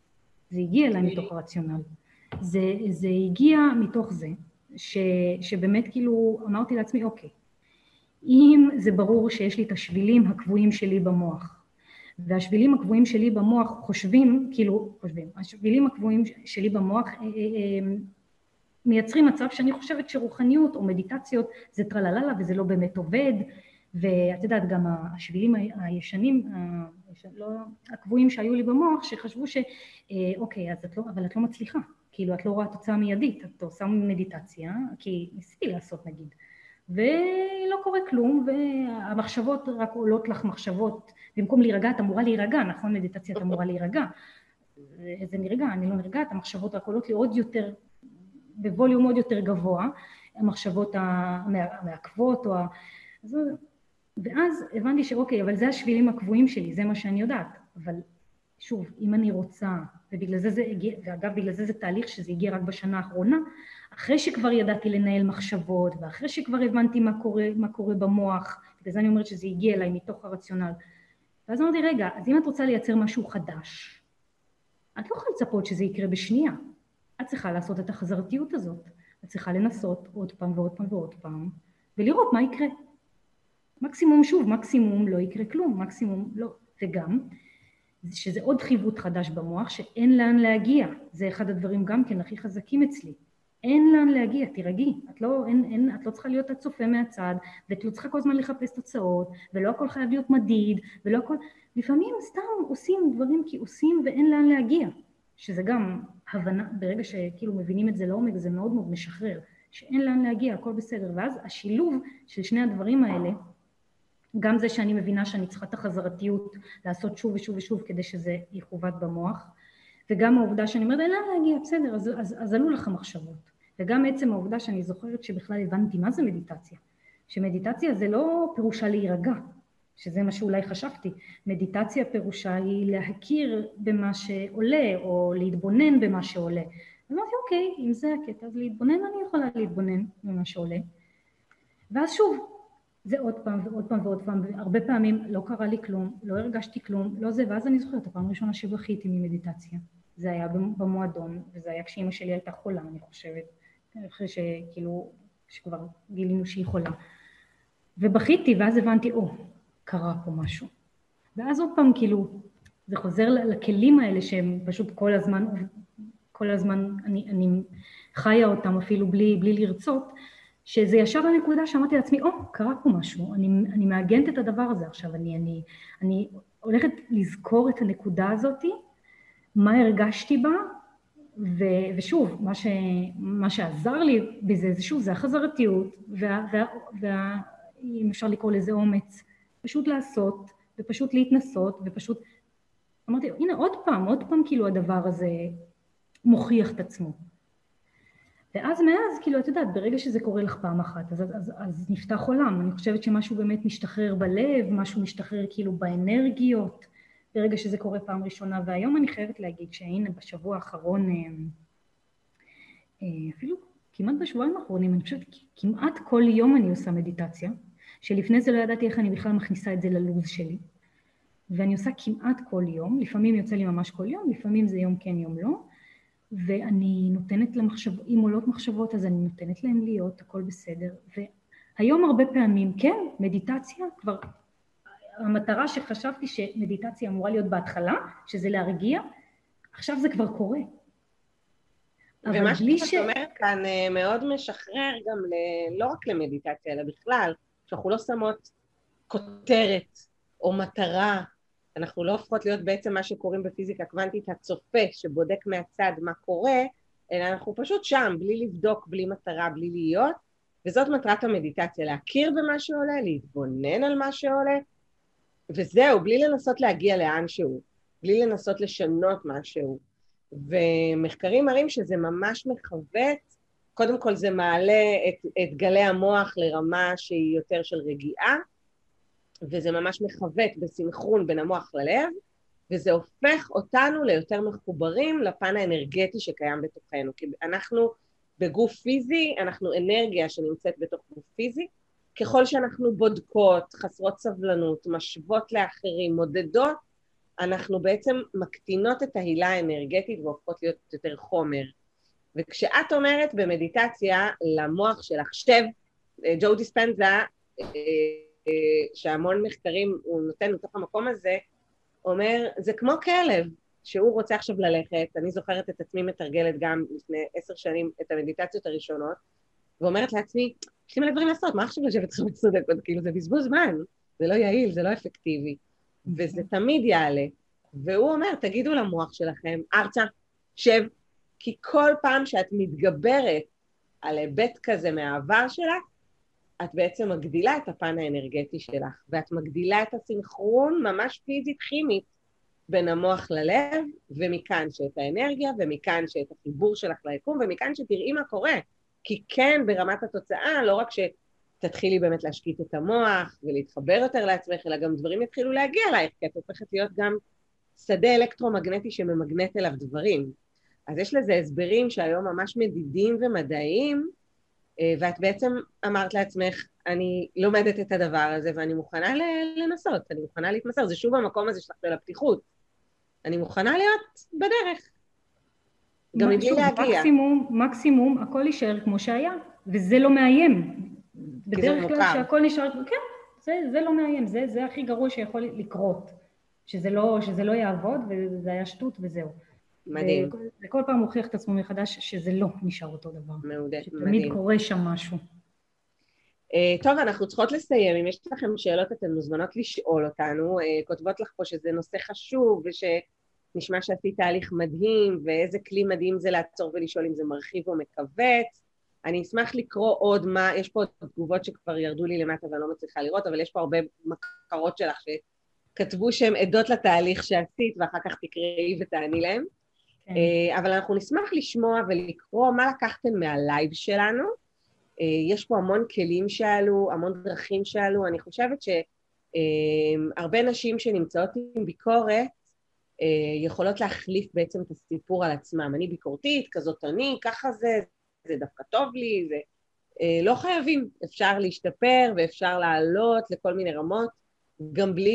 זה הגיע מתוך זה, שבאמת כאילו אמרתי לעצמי, אוקיי, אם זה ברור שיש לי את השבילים הקבועים שלי במוח, והשבילים הקבועים שלי במוח השבילים הקבועים שלי במוח מייצרים מצב שאני חושבת שרוחניות או מדיטציות זה טרללה וזה לא באמת עובד, ואת יודעת גם השבילים הישנים, הקבועים שהיו לי במוח, שחשבו אוקיי, אז אבל את לא מצליחה, כאילו את לא רואה תוצאה מיידית, את עושה מדיטציה, כי ניסיתי לעשות נגיד, ולא קורה כלום, והמחשבות רק עולות לך מחשבות, במקום להירגע, את אמורה להירגע, נכון? מדיטציה את אמורה להירגע, זה נרגע, אני לא נרגעת, המחשבות רק עולות לי עוד יותר, בווליום עוד יותר גבוה, המחשבות המעכבות, ואז הבנתי שאוקיי, אבל זה השבילים הקבועים שלי, זה מה שאני יודעת, אבל שוב, אם אני רוצה, ובגלל זה זה הגיע, ואגב בגלל זה זה תהליך שזה הגיע רק בשנה האחרונה, אחרי שכבר ידעתי לנהל מחשבות, ואחרי שכבר הבנתי מה קורה במוח, בגלל זה אני אומרת שזה הגיע אליי מתוך הרציונל. ואז אמרתי, רגע, אז אם את רוצה לייצר משהו חדש, את לא יכולה לצפות שזה יקרה בשנייה. את צריכה לעשות את החזרתיות הזאת. את צריכה לנסות עוד פעם ועוד פעם ועוד פעם, ולראות מה יקרה. מקסימום שוב, מקסימום לא יקרה כלום, מקסימום לא. וגם, שזה עוד חיווט חדש במוח, שאין לאן להגיע. זה אחד הדברים גם כן הכי חזקים אצלי. אין לאן להגיע, תירגעי. את לא צריכה להיות הצופה מהצד, ואת לא צריכה כל הזמן לחפש תוצאות, ולא הכל חייב להיות מדיד, ולא הכל... לפעמים סתם עושים דברים כי עושים ואין לאן להגיע. שזה גם הבנה, ברגע שכאילו מבינים את זה לעומק, זה מאוד מאוד משחרר, שאין לאן להגיע, הכל בסדר. ואז השילוב של שני הדברים האלה, גם זה שאני מבינה שאני צריכה את החזרתיות לעשות שוב ושוב ושוב כדי שזה יכוות במוח, וגם העובדה שאני אומרת, אין לאן להגיע, בסדר, אז עלו לך מחשבות. וגם עצם העובדה שאני זוכרת שבכלל הבנתי מה זה מדיטציה. שמדיטציה זה לא פירושה להירגע, שזה מה שאולי חשבתי. מדיטציה פירושה היא להכיר במה שעולה, או להתבונן במה שעולה. אז אמרתי, אוקיי, אם זה הקטע, אז להתבונן, אני יכולה להתבונן במה שעולה. ואז שוב, זה עוד פעם ועוד פעם ועוד פעם, והרבה פעמים לא קרה לי כלום, לא הרגשתי כלום, לא זה, ואז אני זוכרת, הפעם הראשונה שבכיתי ממדיטציה. זה היה במועדון, וזה היה כשאמא שלי הייתה חולה, אני חושבת, אחרי שכאילו, שכבר גילינו שהיא חולה. ובכיתי, ואז הבנתי, קרה פה משהו. ואז עוד פעם, כאילו, זה חוזר לכלים האלה שהם פשוט כל הזמן אני חיה אותם אפילו בלי לרצות, שזה ישר הנקודה שאמרתי לעצמי, קרה פה משהו, אני מאגנת את הדבר הזה עכשיו, אני הולכת לזכור את הנקודה הזאת, מה הרגשתי בה, ושוב, מה שעזר לי בזה, זה שוב, זה החזרתיות, אם אפשר לקרוא לזה אומץ, פשוט לעשות, ופשוט להתנסות, ופשוט, אמרתי, הנה עוד פעם, כאילו הדבר הזה מוכיח את עצמו. ואז מאז, כאילו, את יודעת, ברגע שזה קורה לך פעם אחת, אז נפתח עולם. אני חושבת שמשהו באמת משתחרר בלב, משהו משתחרר כאילו באנרגיות, ברגע שזה קורה פעם ראשונה. והיום אני חייבת להגיד שהנה בשבוע האחרון, אפילו כמעט בשבועיים האחרונים, אני חושבת כמעט כל יום אני עושה מדיטציה, שלפני זה לא ידעתי איך אני בכלל מכניסה את זה ללוז שלי. ואני עושה כמעט כל יום, לפעמים יוצא לי ממש כל יום, לפעמים זה יום כן יום לא, ואני נותנת למחשבות, אם עולות מחשבות, אז אני נותנת להם להיות, הכל בסדר. והיום הרבה פעמים, כן, מדיטציה, כבר המטרה שחשבתי שמדיטציה אמורה להיות בהתחלה, שזה להרגיע, עכשיו זה כבר קורה. ומה שאת אומרת כאן מאוד משחרר גם לא רק למדיטציה, אלא בכלל, שאנחנו לא שמות כותרת או מטרה, אנחנו לא הופכות להיות בעצם מה שקוראים בפיזיקה קוונטית הצופה שבודק מהצד מה קורה, אלא אנחנו פשוט שם, בלי לבדוק, בלי מטרה, בלי להיות, וזאת מטרת המדיטציה, להכיר במה שעולה, להתבונן על מה שעולה, וזהו, בלי לנסות להגיע לאן שהוא, בלי לנסות לשנות משהו. ומחקרים מראים שזה ממש מכוות, קודם כל זה מעלה את גלי המוח לרמה שהיא יותר של רגיעה, וזה ממש מכוות בסינכרון בין המוח ללב, וזה הופך אותנו ליותר מחוברים לפן האנרגטי שקיים בתוכנו, כי אנחנו בגוף פיזי, אנחנו אנרגיה שנמצאת בתוך גוף פיזי, ככל שאנחנו בודקות, חסרות סבלנות, משוות לאחרים, מודדות, אנחנו בעצם מקטינות את ההילה האנרגטית והופכות להיות יותר חומר. וכשאת אומרת במדיטציה למוח שלך, שב, ג'ו דיספנזה, שהמון מחקרים הוא נותן לתוך המקום הזה, אומר, זה כמו כלב, שהוא רוצה עכשיו ללכת, אני זוכרת את עצמי מתרגלת גם לפני 10 שנים את המדיטציות הראשונות, ואומרת לעצמי, יש לי מלא דברים לעשות, מה עכשיו לשבת 15 דקות? כאילו זה בזבוז זמן, זה לא יעיל, זה לא אפקטיבי, וזה תמיד יעלה. והוא אומר, תגידו למוח שלכם, ארצה, שב, כי כל פעם שאת מתגברת על היבט כזה מהעבר שלך, את בעצם מגדילה את הפן האנרגטי שלך, ואת מגדילה את הסינכרון ממש פיזית כימית בין המוח ללב, ומכאן שאת האנרגיה, ומכאן שאת החיבור שלך ליקום, ומכאן שתראי מה קורה. כי כן, ברמת התוצאה, לא רק שתתחילי באמת להשקיט את המוח, ולהתחבר יותר לעצמך, אלא גם דברים יתחילו להגיע אלייך, כי את הופכת להיות גם שדה אלקטרומגנטי שממגנט אליו דברים. אז יש לזה הסברים שהיום ממש מדידים ומדעיים, ואת בעצם אמרת לעצמך, אני לומדת את הדבר הזה, ואני מוכנה לנסות, אני מוכנה להתמסר, זה שוב המקום הזה שלך של הפתיחות. אני מוכנה להיות בדרך, גם מבלי להגיע. מקסימום, הכל יישאר כמו שהיה, וזה לא מאיים. כי זה בדרך כלל שהכל נשאר, כן, זה לא מאיים, זה הכי גרוע שיכול לקרות, שזה לא יעבוד, וזה היה שטות וזהו. מדהים. וכל פעם מוכיח את עצמו מחדש שזה לא נשאר אותו דבר. מדהים. שתמיד קורה שם משהו. טוב, אנחנו צריכות לסיים. אם יש לכם שאלות, אתן מוזמנות לשאול אותנו. כותבות לך פה שזה נושא חשוב, ושנשמע שעשית תהליך מדהים, ואיזה כלי מדהים זה לעצור ולשאול אם זה מרחיב או מכווץ. אני אשמח לקרוא עוד מה, יש פה עוד תגובות שכבר ירדו לי למטה ואני לא מצליחה לראות, אבל יש פה הרבה מכרות שלך שכתבו שהן עדות לתהליך שעשית, ואחר כך תקראי ותעני להם. כן. אבל אנחנו נשמח לשמוע ולקרוא מה לקחתם מהלייב שלנו. יש פה המון כלים שעלו, המון דרכים שעלו. אני חושבת שהרבה נשים שנמצאות עם ביקורת, יכולות להחליף בעצם את הסיפור על עצמם. אני ביקורתית, כזאת אני, ככה זה דווקא טוב לי, זה לא חייבים, אפשר להשתפר ואפשר לעלות לכל מיני רמות, גם בלי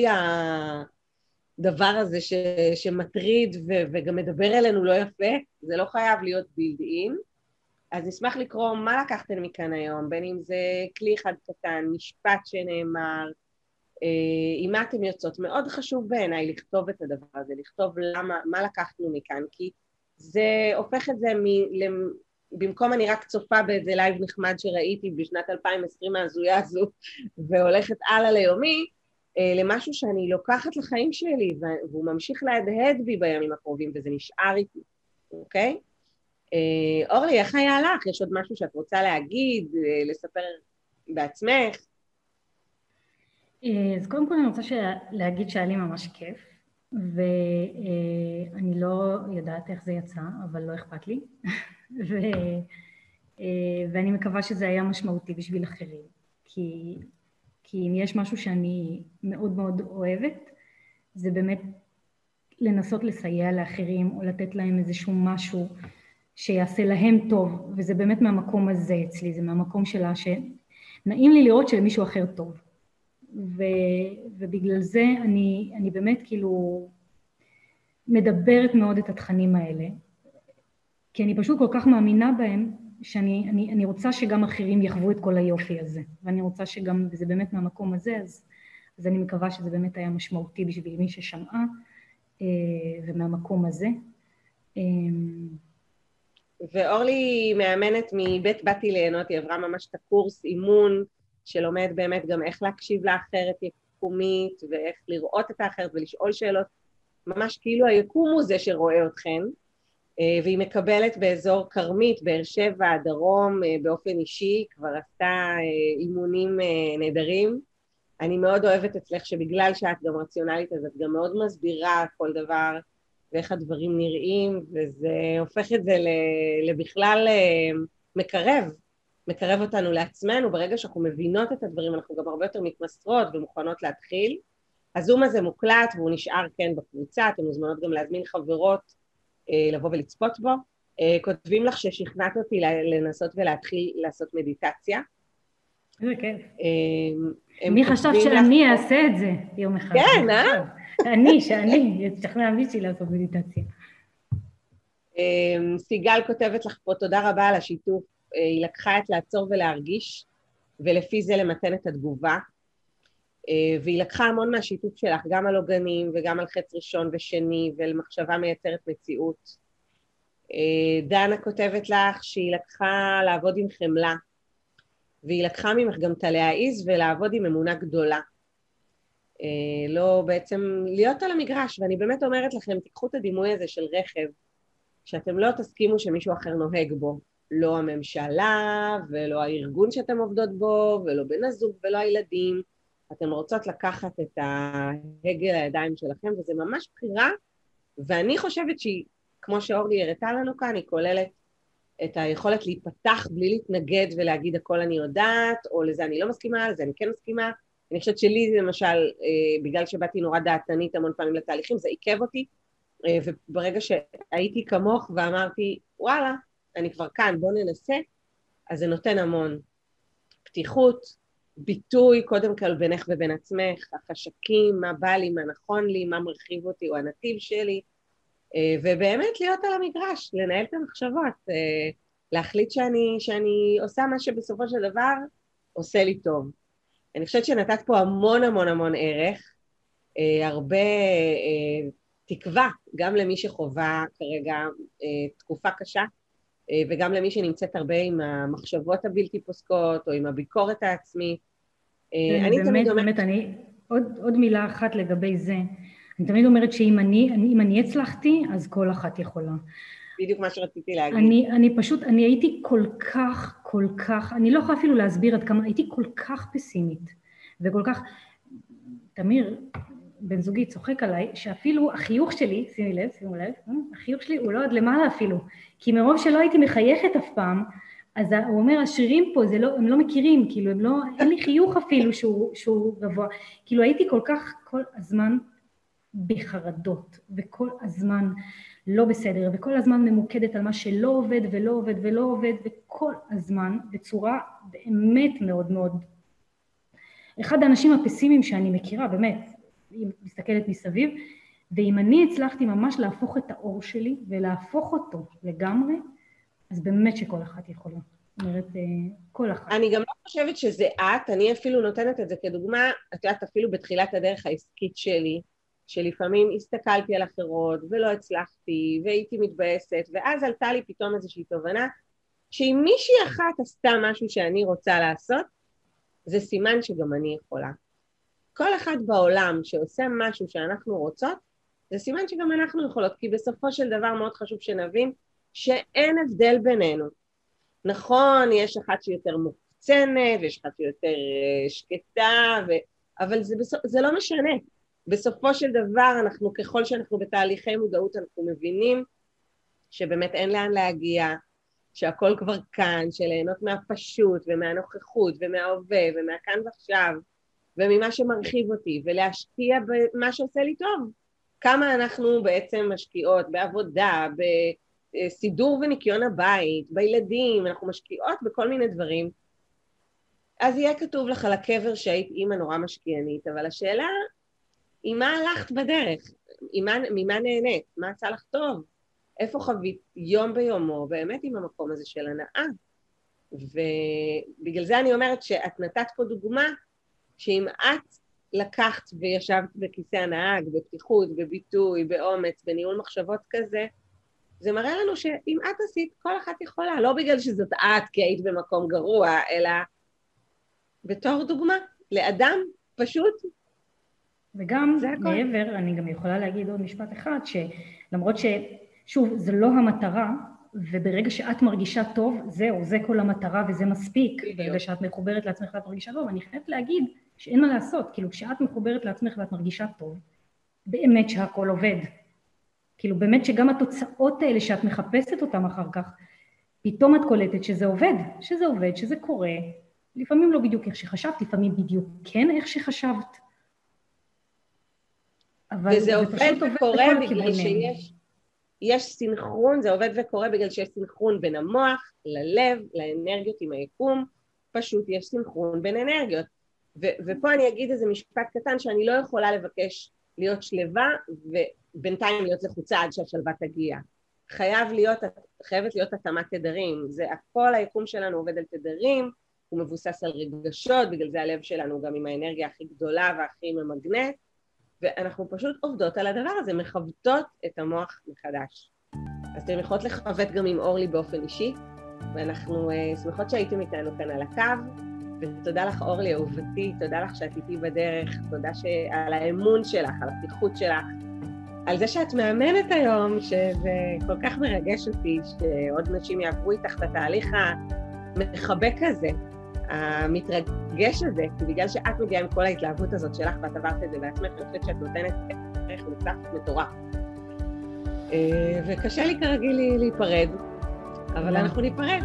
הדבר הזה שמטריד וגם מדבר אלינו לא יפה, זה לא חייב להיות בילד-אין. אז נשמח לקרוא מה לקחתם מכאן היום, בין אם זה כלי אחד קטן, משפט שנאמר, עם מה אתם יוצאות. מאוד חשוב בעיניי לכתוב את הדבר הזה, לכתוב מה לקחנו מכאן, כי זה הופך את זה במקום אני רק צופה באיזה לייב נחמד שראיתי בשנת 2020 ההזויה הזו, והולכת הלאה ליומי, למשהו שאני לוקחת לחיים שלי, והוא ממשיך להדהד בי בימים הקרובים, וזה נשאר איתי, אוקיי? אורלי, איך היה לך? יש עוד משהו שאת רוצה להגיד, לספר בעצמך? אז קודם כל אני רוצה להגיד שהיה לי ממש כיף, ואני לא יודעת איך זה יצא, אבל לא אכפת לי. ואני מקווה שזה היה משמעותי בשביל אחרים, כי אם יש משהו שאני מאוד מאוד אוהבת, זה באמת לנסות לסייע לאחרים, או לתת להם איזשהו משהו שיעשה להם טוב, וזה באמת מהמקום הזה אצלי, זה מהמקום שלה שנעים לי לראות שלמישהו אחר טוב. ובגלל זה אני באמת כאילו מדברת מאוד את התכנים האלה, כי אני פשוט כל כך מאמינה בהם, שאני רוצה שגם אחרים יחוו את כל היופי הזה, ואני רוצה שגם, וזה באמת מהמקום הזה, אז אני מקווה שזה באמת היה משמעותי בשביל מי ששמעה, ומהמקום הזה. ואורלי מאמנת מבית באתי ליהנות, היא עברה ממש את הקורס אימון, שלומד באמת גם איך להקשיב לאחרת יקומית, ואיך לראות את האחרת ולשאול שאלות, ממש כאילו היקום הוא זה שרואה אתכן, והיא מקבלת באזור קרמית, באר שבע, הדרום, באופן אישי, כבר עשתה אימונים נהדרים. אני מאוד אוהבת אצלך שבגלל שאת גם רציונלית, אז את גם מאוד מסבירה כל דבר, ואיך הדברים נראים, וזה הופך את זה לבכלל מקרב אותנו לעצמנו. ברגע שאנחנו מבינות את הדברים, אנחנו גם הרבה יותר מתמסרות ומוכנות להתחיל. הזום הזה מוקלט, והוא נשאר כן בקבוצה, אתם מוזמנות גם להזמין חברות, לבוא ולצפות בו. כותבים לך ששכנעת אותי לנסות ולהתחיל לעשות מדיטציה. זה כיף. מי חשב שאני אעשה את זה יום אחד? כן, שאני אשכנע מישהי לעשות מדיטציה. סיגל כותבת לך פה, תודה רבה על השיתוף. היא לקחה את לעצור ולהרגיש, ולפי זה למתן את התגובה. והיא לקחה המון מהשיתוף שלך, גם על עוגנים וגם על חץ ראשון ושני, ולמחשבה מייצרת מציאות. דנה כותבת לך שהיא לקחה לעבוד עם חמלה, והיא לקחה ממך גם את להעיז ולעבוד עם אמונה גדולה. לא בעצם להיות על המגרש, ואני באמת אומרת לכם, תיקחו את הדימוי הזה של רכב, שאתם לא תסכימו שמישהו אחר נוהג בו, לא הממשלה ולא הארגון שאתם עובדות בו, ולא בן הזוג ולא הילדים, אתם רוצות לקחת את ההגה לידיים שלכם, וזה ממש בחירה, ואני חושבת שהיא, כמו שאורלי הראתה לנו כאן, היא כוללת את היכולת להיפתח בלי להתנגד ולהגיד הכל אני יודעת, או לזה אני לא מסכימה, לזה אני כן מסכימה. אני חושבת שלי, למשל, בגלל שבאתי נורא דעתנית המון פעמים לתהליכים, זה עיכב אותי, וברגע שהייתי כמוך ואמרתי, וואלה, אני כבר כאן, בוא ננסה, אז זה נותן המון פתיחות, ביטוי, קודם כל בינך ובין עצמך, החשקים, מה בא לי, מה נכון לי, מה מרחיב אותי, או הנתיב שלי, ובאמת להיות על המגרש, לנהל את המחשבות, להחליט שאני עושה מה שבסופו של דבר עושה לי טוב. אני חושבת שנתת פה המון המון המון ערך, הרבה תקווה, גם למי שחובה כרגע תקופה קשה, וגם למי שנמצאת הרבה עם המחשבות הבלתי פוסקות, או עם הביקורת העצמית. באמת, עוד מילה אחת לגבי זה. אני תמיד אומרת שאם אני הצלחתי, אז כל אחת יכולה. בדיוק מה שרציתי להגיד. אני הייתי כל כך, אני לא יכולה אפילו להסביר עד כמה, הייתי כל כך פסימית, וכל כך, תמיר, בן זוגי צוחק עליי, שאפילו החיוך שלי, שימו לב, החיוך שלי הוא לא עד למעלה אפילו, כי מרוב שלא הייתי מחייכת אף פעם, אז הוא אומר, השרירים פה, הם לא מכירים, כאילו, אין לי חיוך אפילו שהוא גבוה, כאילו הייתי כל כך כל הזמן בחרדות, וכל הזמן לא בסדר, וכל הזמן ממוקדת על מה שלא עובד ולא עובד ולא עובד, וכל הזמן בצורה באמת מאוד מאוד, אחד האנשים הפסימיים שאני מכירה, באמת, היא מסתכלת מסביב, ואם אני הצלחתי ממש להפוך את האור שלי, ולהפוך אותו לגמרי, אז באמת שכל אחת יכולה. זאת אומרת, כל אחת. אני גם לא חושבת שזה את, אני אפילו נותנת את זה כדוגמה, את יודעת, אפילו בתחילת הדרך העסקית שלי, שלפעמים הסתכלתי על אחרות, ולא הצלחתי, והייתי מתבאסת, ואז עלתה לי פתאום איזושהי תובנה, שאם מישהי אחת עשתה משהו שאני רוצה לעשות, זה סימן שגם אני יכולה. כל אחד בעולם שעושה משהו שאנחנו רוצות, זה סימן שגם אנחנו יכולות, כי בסופו של דבר מאוד חשוב שנבין שאין הבדל בינינו. נכון, יש אחת שיותר מוקצנת, ויש אחת שיותר שקטה, אבל זה לא משנה. בסופו של דבר, ככל שאנחנו בתהליכי מודעות, אנחנו מבינים שבאמת אין לאן להגיע, שהכל כבר כאן, שליהנות מהפשוט ומהנוכחות ומההווה ומהכאן ועכשיו, וממה שמרחיב אותי, ולהשקיע במה שעושה לי טוב. כמה אנחנו בעצם משקיעות בעבודה, בסידור וניקיון הבית, בילדים, אנחנו משקיעות בכל מיני דברים. אז יהיה כתוב לך על הקבר שהיית אימא נורא משקיענית, אבל השאלה היא מה הלכת בדרך, ממה נהנית, מה עשה לך טוב, איפה חווית יום ביומו, באמת עם המקום הזה של הנאה. ובגלל זה אני אומרת שאת נתת פה דוגמה, שאם את לקחת וישבת בכיסא הנהג, בפתיחות, בביטוי, באומץ, בניהול מחשבות כזה, זה מראה לנו שאם את עשית, כל אחת יכולה, לא בגלל שזאת את כי היית במקום גרוע, אלא בתור דוגמה, לאדם פשוט. וגם מעבר, אני גם יכולה להגיד עוד משפט אחד, שלמרות ששוב, זה לא המטרה, וברגע שאת מרגישה טוב, זהו, זה כל המטרה וזה מספיק, ברגע שאת מחוברת לעצמך ואת מרגישה טוב, אני חייבת להגיד שאין מה לעשות, כאילו כשאת מחוברת לעצמך ואת מרגישה טוב, באמת שהכל עובד, כאילו באמת שגם התוצאות האלה שאת מחפשת אותם אחר כך, פתאום את קולטת שזה עובד, שזה קורה, לפעמים לא בדיוק איך שחשבת, לפעמים בדיוק כן איך שחשבת, אבל וזה עובד וקורה בגלל שיש סינכרון, זה עובד וקורה בגלל שיש סינכרון בין המוח ללב, לאנרגיות עם היקום, פשוט יש סינכרון בין אנרגיות. ופה אני אגיד איזה משפט קטן שאני לא יכולה לבקש להיות שלווה ובינתיים להיות לחוצה עד שהשלווה תגיע. חייבת להיות התאמת תדרים, זה הכל היקום שלנו עובד על תדרים, הוא מבוסס על רגשות, בגלל זה הלב שלנו גם עם האנרגיה הכי גדולה והכי ממגנט, ואנחנו פשוט עובדות על הדבר הזה, מכוותות את המוח מחדש. אז אתם יכולות לכוות גם עם אורלי באופן אישי, ואנחנו שמחות שהייתם איתנו כאן על הקו, ותודה לך אורלי אהובתי, תודה לך שאת איתי בדרך, תודה על האמון שלך, על הפתיחות שלך, על זה שאת מאמנת היום, שזה כל כך מרגש אותי, שעוד נשים יעברו איתך את התהליך המחבק הזה, המתרגש הזה, כי בגלל שאת מגיעה עם כל ההתלהבות הזאת שלך, ואת עברת את זה בעצמך, אני חושבת שאת נותנת ערך מוצלח מטורף. וקשה לי כרגיל להיפרד, אבל אנחנו ניפרד.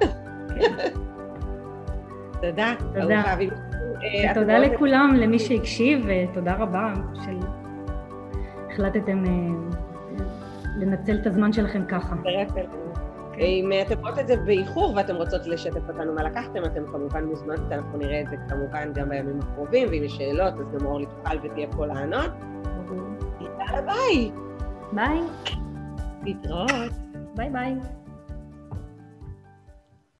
תודה. תודה. ותודה לכולם, למי שהקשיב, ותודה רבה שהחלטתם לנצל את הזמן שלכם ככה. אם אתם רואות את זה באיחור ואתם רוצות לשתף אותנו מה לקחתם, אתם כמובן מוזמנות, אנחנו נראה את זה כמובן גם בימים הקרובים, ואם יש שאלות אז גם אורלי תוכל ותהיה פה לענות. יאללה ביי! ביי! להתראות! ביי ביי!